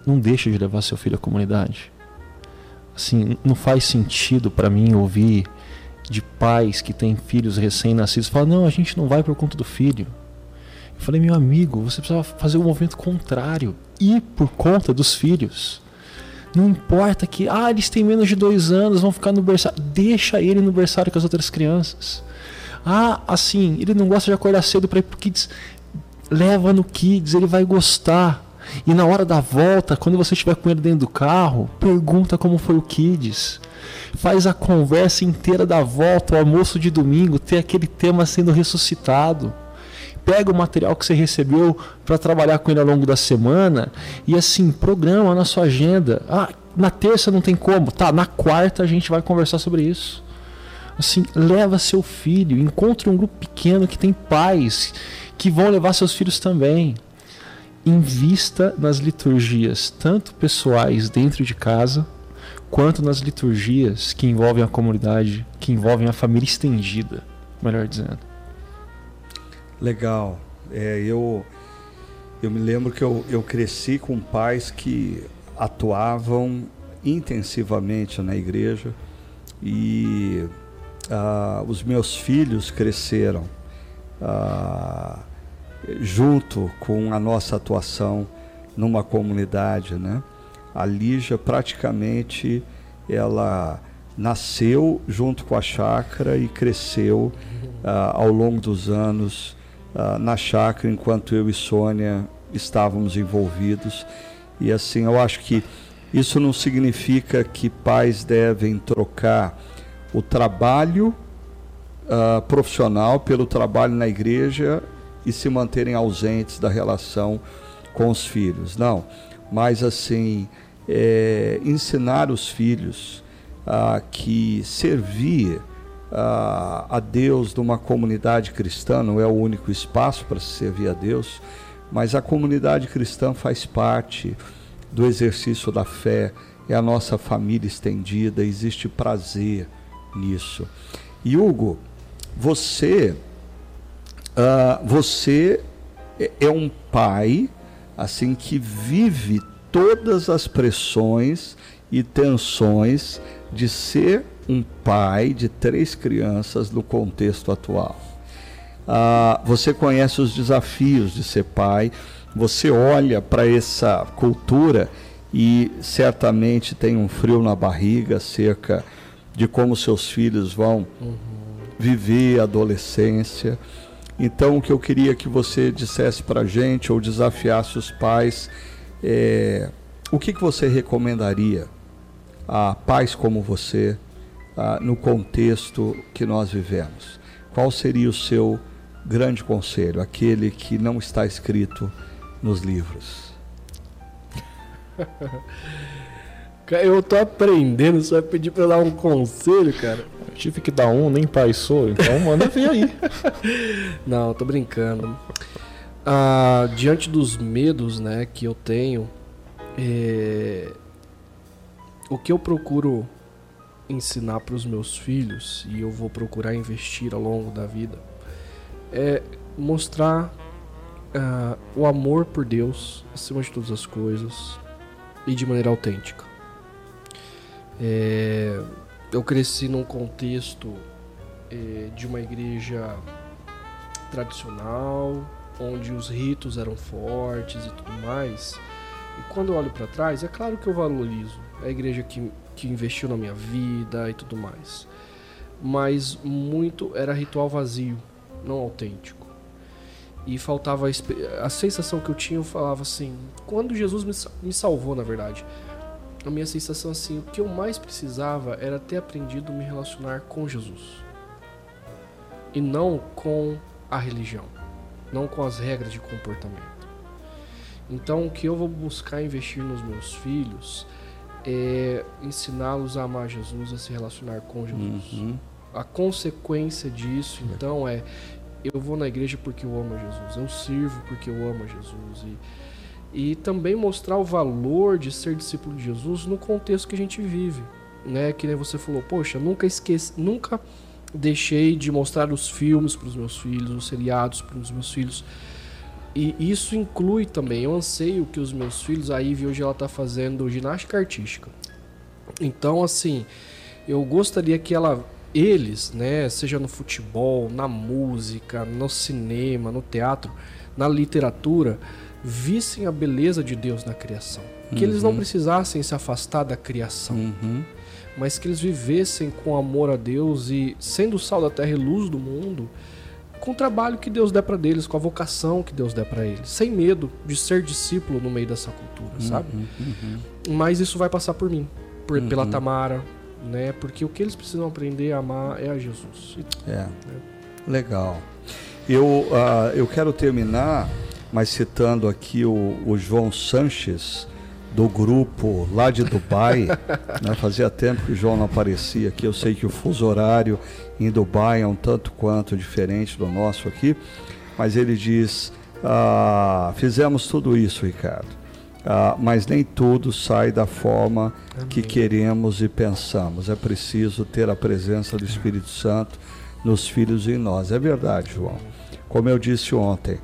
não deixa de levar seu filho à comunidade. Assim, não faz sentido para mim ouvir de pais que têm filhos recém-nascidos falar, não, a gente não vai por conta do filho. Eu falei, meu amigo, você precisa fazer o movimento contrário, ir por conta dos filhos. Não importa que, eles têm menos de 2 anos, vão ficar no berçário. Deixa ele no berçário com as outras crianças. Assim, ele não gosta de acordar cedo para ir pro Kids. Leva no Kids, ele vai gostar. E na hora da volta, quando você estiver com ele dentro do carro, pergunta como foi o Kids. Faz a conversa inteira da volta, o almoço de domingo, ter aquele tema sendo ressuscitado. Pega o material que você recebeu para trabalhar com ele ao longo da semana e assim, programa na sua agenda. Na terça não tem como. Tá, na quarta a gente vai conversar sobre isso. Assim, leva seu filho, encontre um grupo pequeno que tem pais que vão levar seus filhos também. Invista nas liturgias, tanto pessoais dentro de casa, quanto nas liturgias que envolvem a comunidade, que envolvem a família estendida, melhor dizendo. Legal. Eu me lembro que eu cresci com pais que atuavam intensivamente na igreja e os meus filhos cresceram junto com a nossa atuação numa comunidade, né? A Lígia praticamente ela nasceu junto com a chácara e cresceu ao longo dos anos na chácara, enquanto eu e Sônia estávamos envolvidos. E assim, eu acho que isso não significa que pais devem trocar o trabalho profissional pelo trabalho na igreja e se manterem ausentes da relação com os filhos. Não, mas assim, ensinar os filhos que servir a Deus numa comunidade cristã não é o único espaço para se servir a Deus, mas a comunidade cristã faz parte do exercício da fé, é a nossa família estendida, existe prazer nisso. E Hugo, você é um pai assim que vive todas as pressões e tensões de ser um pai de 3 crianças no contexto atual. Você conhece os desafios de ser pai, você olha para essa cultura e certamente tem um frio na barriga acerca de como seus filhos vão viver a adolescência. Então, o que eu queria que você dissesse para a gente, ou desafiasse os pais, o que você recomendaria a pais como você no contexto que nós vivemos? Qual seria o seu grande conselho, aquele que não está escrito nos livros? Eu tô aprendendo, você vai pedir para eu dar um conselho, cara? Eu tive que dar nem pai sou, então manda ver aí. Não, tô brincando. Diante dos medos, né, que eu tenho, o que eu procuro ensinar para os meus filhos, e eu vou procurar investir ao longo da vida, é mostrar o amor por Deus acima de todas as coisas e de maneira autêntica. Eu cresci num contexto de uma igreja tradicional, onde os ritos eram fortes e tudo mais. E quando eu olho para trás, é claro que eu valorizo a igreja que investiu na minha vida e tudo mais. Mas muito era ritual vazio, não autêntico. E faltava a sensação que eu tinha, eu falava assim, quando Jesus me salvou, na verdade, a minha sensação assim, o que eu mais precisava era ter aprendido a me relacionar com Jesus. E não com a religião, não com as regras de comportamento. Então, o que eu vou buscar investir nos meus filhos é ensiná-los a amar Jesus, a se relacionar com Jesus. A consequência disso, então, eu vou na igreja porque eu amo a Jesus, eu sirvo porque eu amo a Jesus. E também mostrar o valor de ser discípulo de Jesus no contexto que a gente vive, né? Que nem você falou, poxa, nunca deixei de mostrar os filmes para os meus filhos, os seriados para os meus filhos. E isso inclui também, eu anseio que os meus filhos, a Ivy hoje ela tá fazendo ginástica artística. Então, assim, eu gostaria que eles, né, seja no futebol, na música, no cinema, no teatro, na literatura, vissem a beleza de Deus na criação. Que eles não precisassem se afastar da criação, mas que eles vivessem com amor a Deus e sendo sal da terra e luz do mundo, com o trabalho que Deus der para eles, com a vocação que Deus der para eles, sem medo de ser discípulo no meio dessa cultura, sabe? Mas isso vai passar por mim, pela Tamara, né? Porque o que eles precisam aprender a amar é a Jesus. Legal. Eu quero terminar, mas citando aqui o João Sanches, do grupo lá de Dubai, né? Fazia tempo que o João não aparecia aqui. Eu sei que o fuso horário em Dubai é um tanto quanto diferente do nosso aqui, mas ele diz: fizemos tudo isso, Ricardo, mas nem tudo sai da forma que queremos e pensamos. É preciso ter a presença do Espírito Santo nos filhos e em nós. É verdade, João. Como eu disse ontem,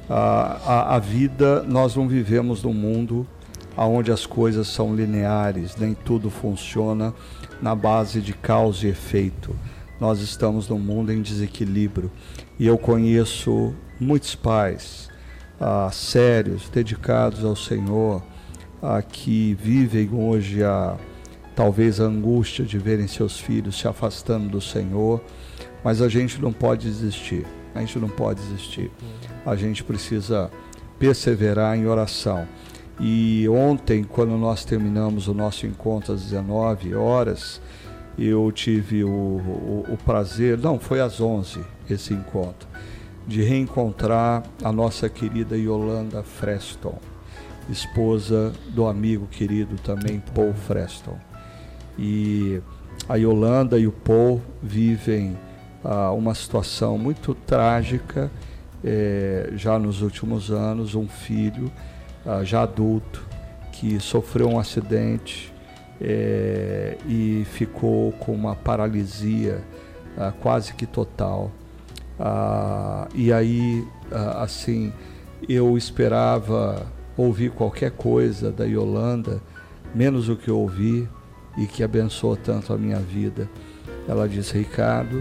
a vida, nós não vivemos num mundo onde as coisas são lineares, nem tudo funciona na base de causa e efeito. Nós estamos num mundo em desequilíbrio. E eu conheço muitos pais sérios, dedicados ao Senhor, que vivem hoje talvez a angústia de verem seus filhos se afastando do Senhor, mas a gente não pode desistir. A gente não pode desistir. A gente precisa perseverar em oração. E ontem, quando nós terminamos o nosso encontro às 19 horas, eu tive o prazer, não, foi às 11 esse encontro, de reencontrar a nossa querida Yolanda Freston, esposa do amigo querido também, Paul Freston. E a Yolanda e o Paul vivem uma situação muito trágica, já nos últimos anos, um filho já adulto que sofreu um acidente e ficou com uma paralisia quase que total. E aí, assim, eu esperava ouvir qualquer coisa da Yolanda, menos o que eu ouvi e que abençoou tanto a minha vida. Ela disse: Ricardo,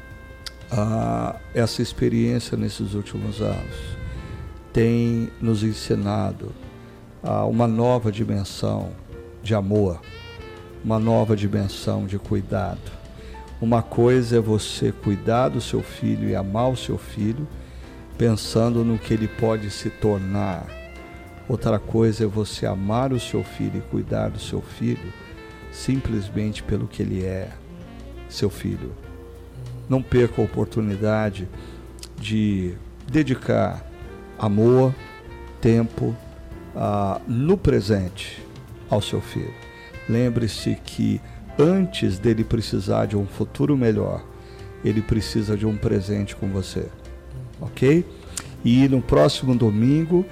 essa experiência nesses últimos anos tem nos ensinado uma nova dimensão de amor, uma nova dimensão de cuidado. Uma coisa é você cuidar do seu filho e amar o seu filho, pensando no que ele pode se tornar. Outra coisa é você amar o seu filho e cuidar do seu filho simplesmente pelo que ele é, seu filho. Não perca a oportunidade de dedicar amor, tempo no presente ao seu filho. Lembre-se que antes dele precisar de um futuro melhor, ele precisa de um presente com você, ok? E no próximo domingo,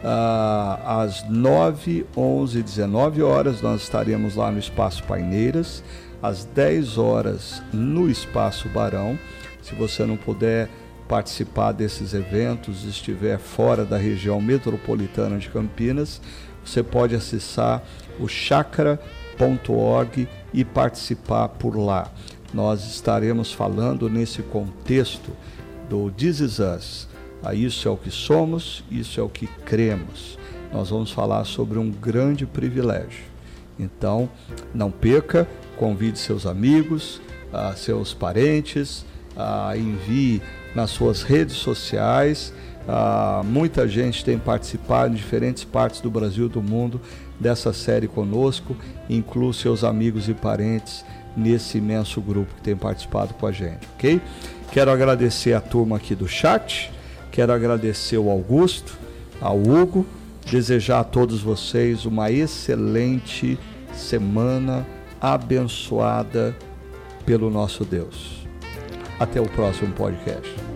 às 9, 11 e 19 horas, nós estaremos lá no Espaço Paineiras, às 10 horas no Espaço Barão. Se você não puder participar desses eventos, estiver fora da região metropolitana de Campinas, você pode acessar o chakra.org e participar por lá. Nós estaremos falando nesse contexto do This Is Us. Isso é o que somos, isso é o que cremos. Nós vamos falar sobre um grande privilégio. Então, não perca, convide seus amigos, seus parentes, envie nas suas redes sociais. Muita gente tem participado em diferentes partes do Brasil e do mundo dessa série conosco. Inclua seus amigos e parentes nesse imenso grupo que tem participado com a gente, ok? Quero agradecer a turma aqui do chat, quero agradecer ao Augusto, ao Hugo, desejar a todos vocês uma excelente semana abençoada pelo nosso Deus. Até o próximo podcast.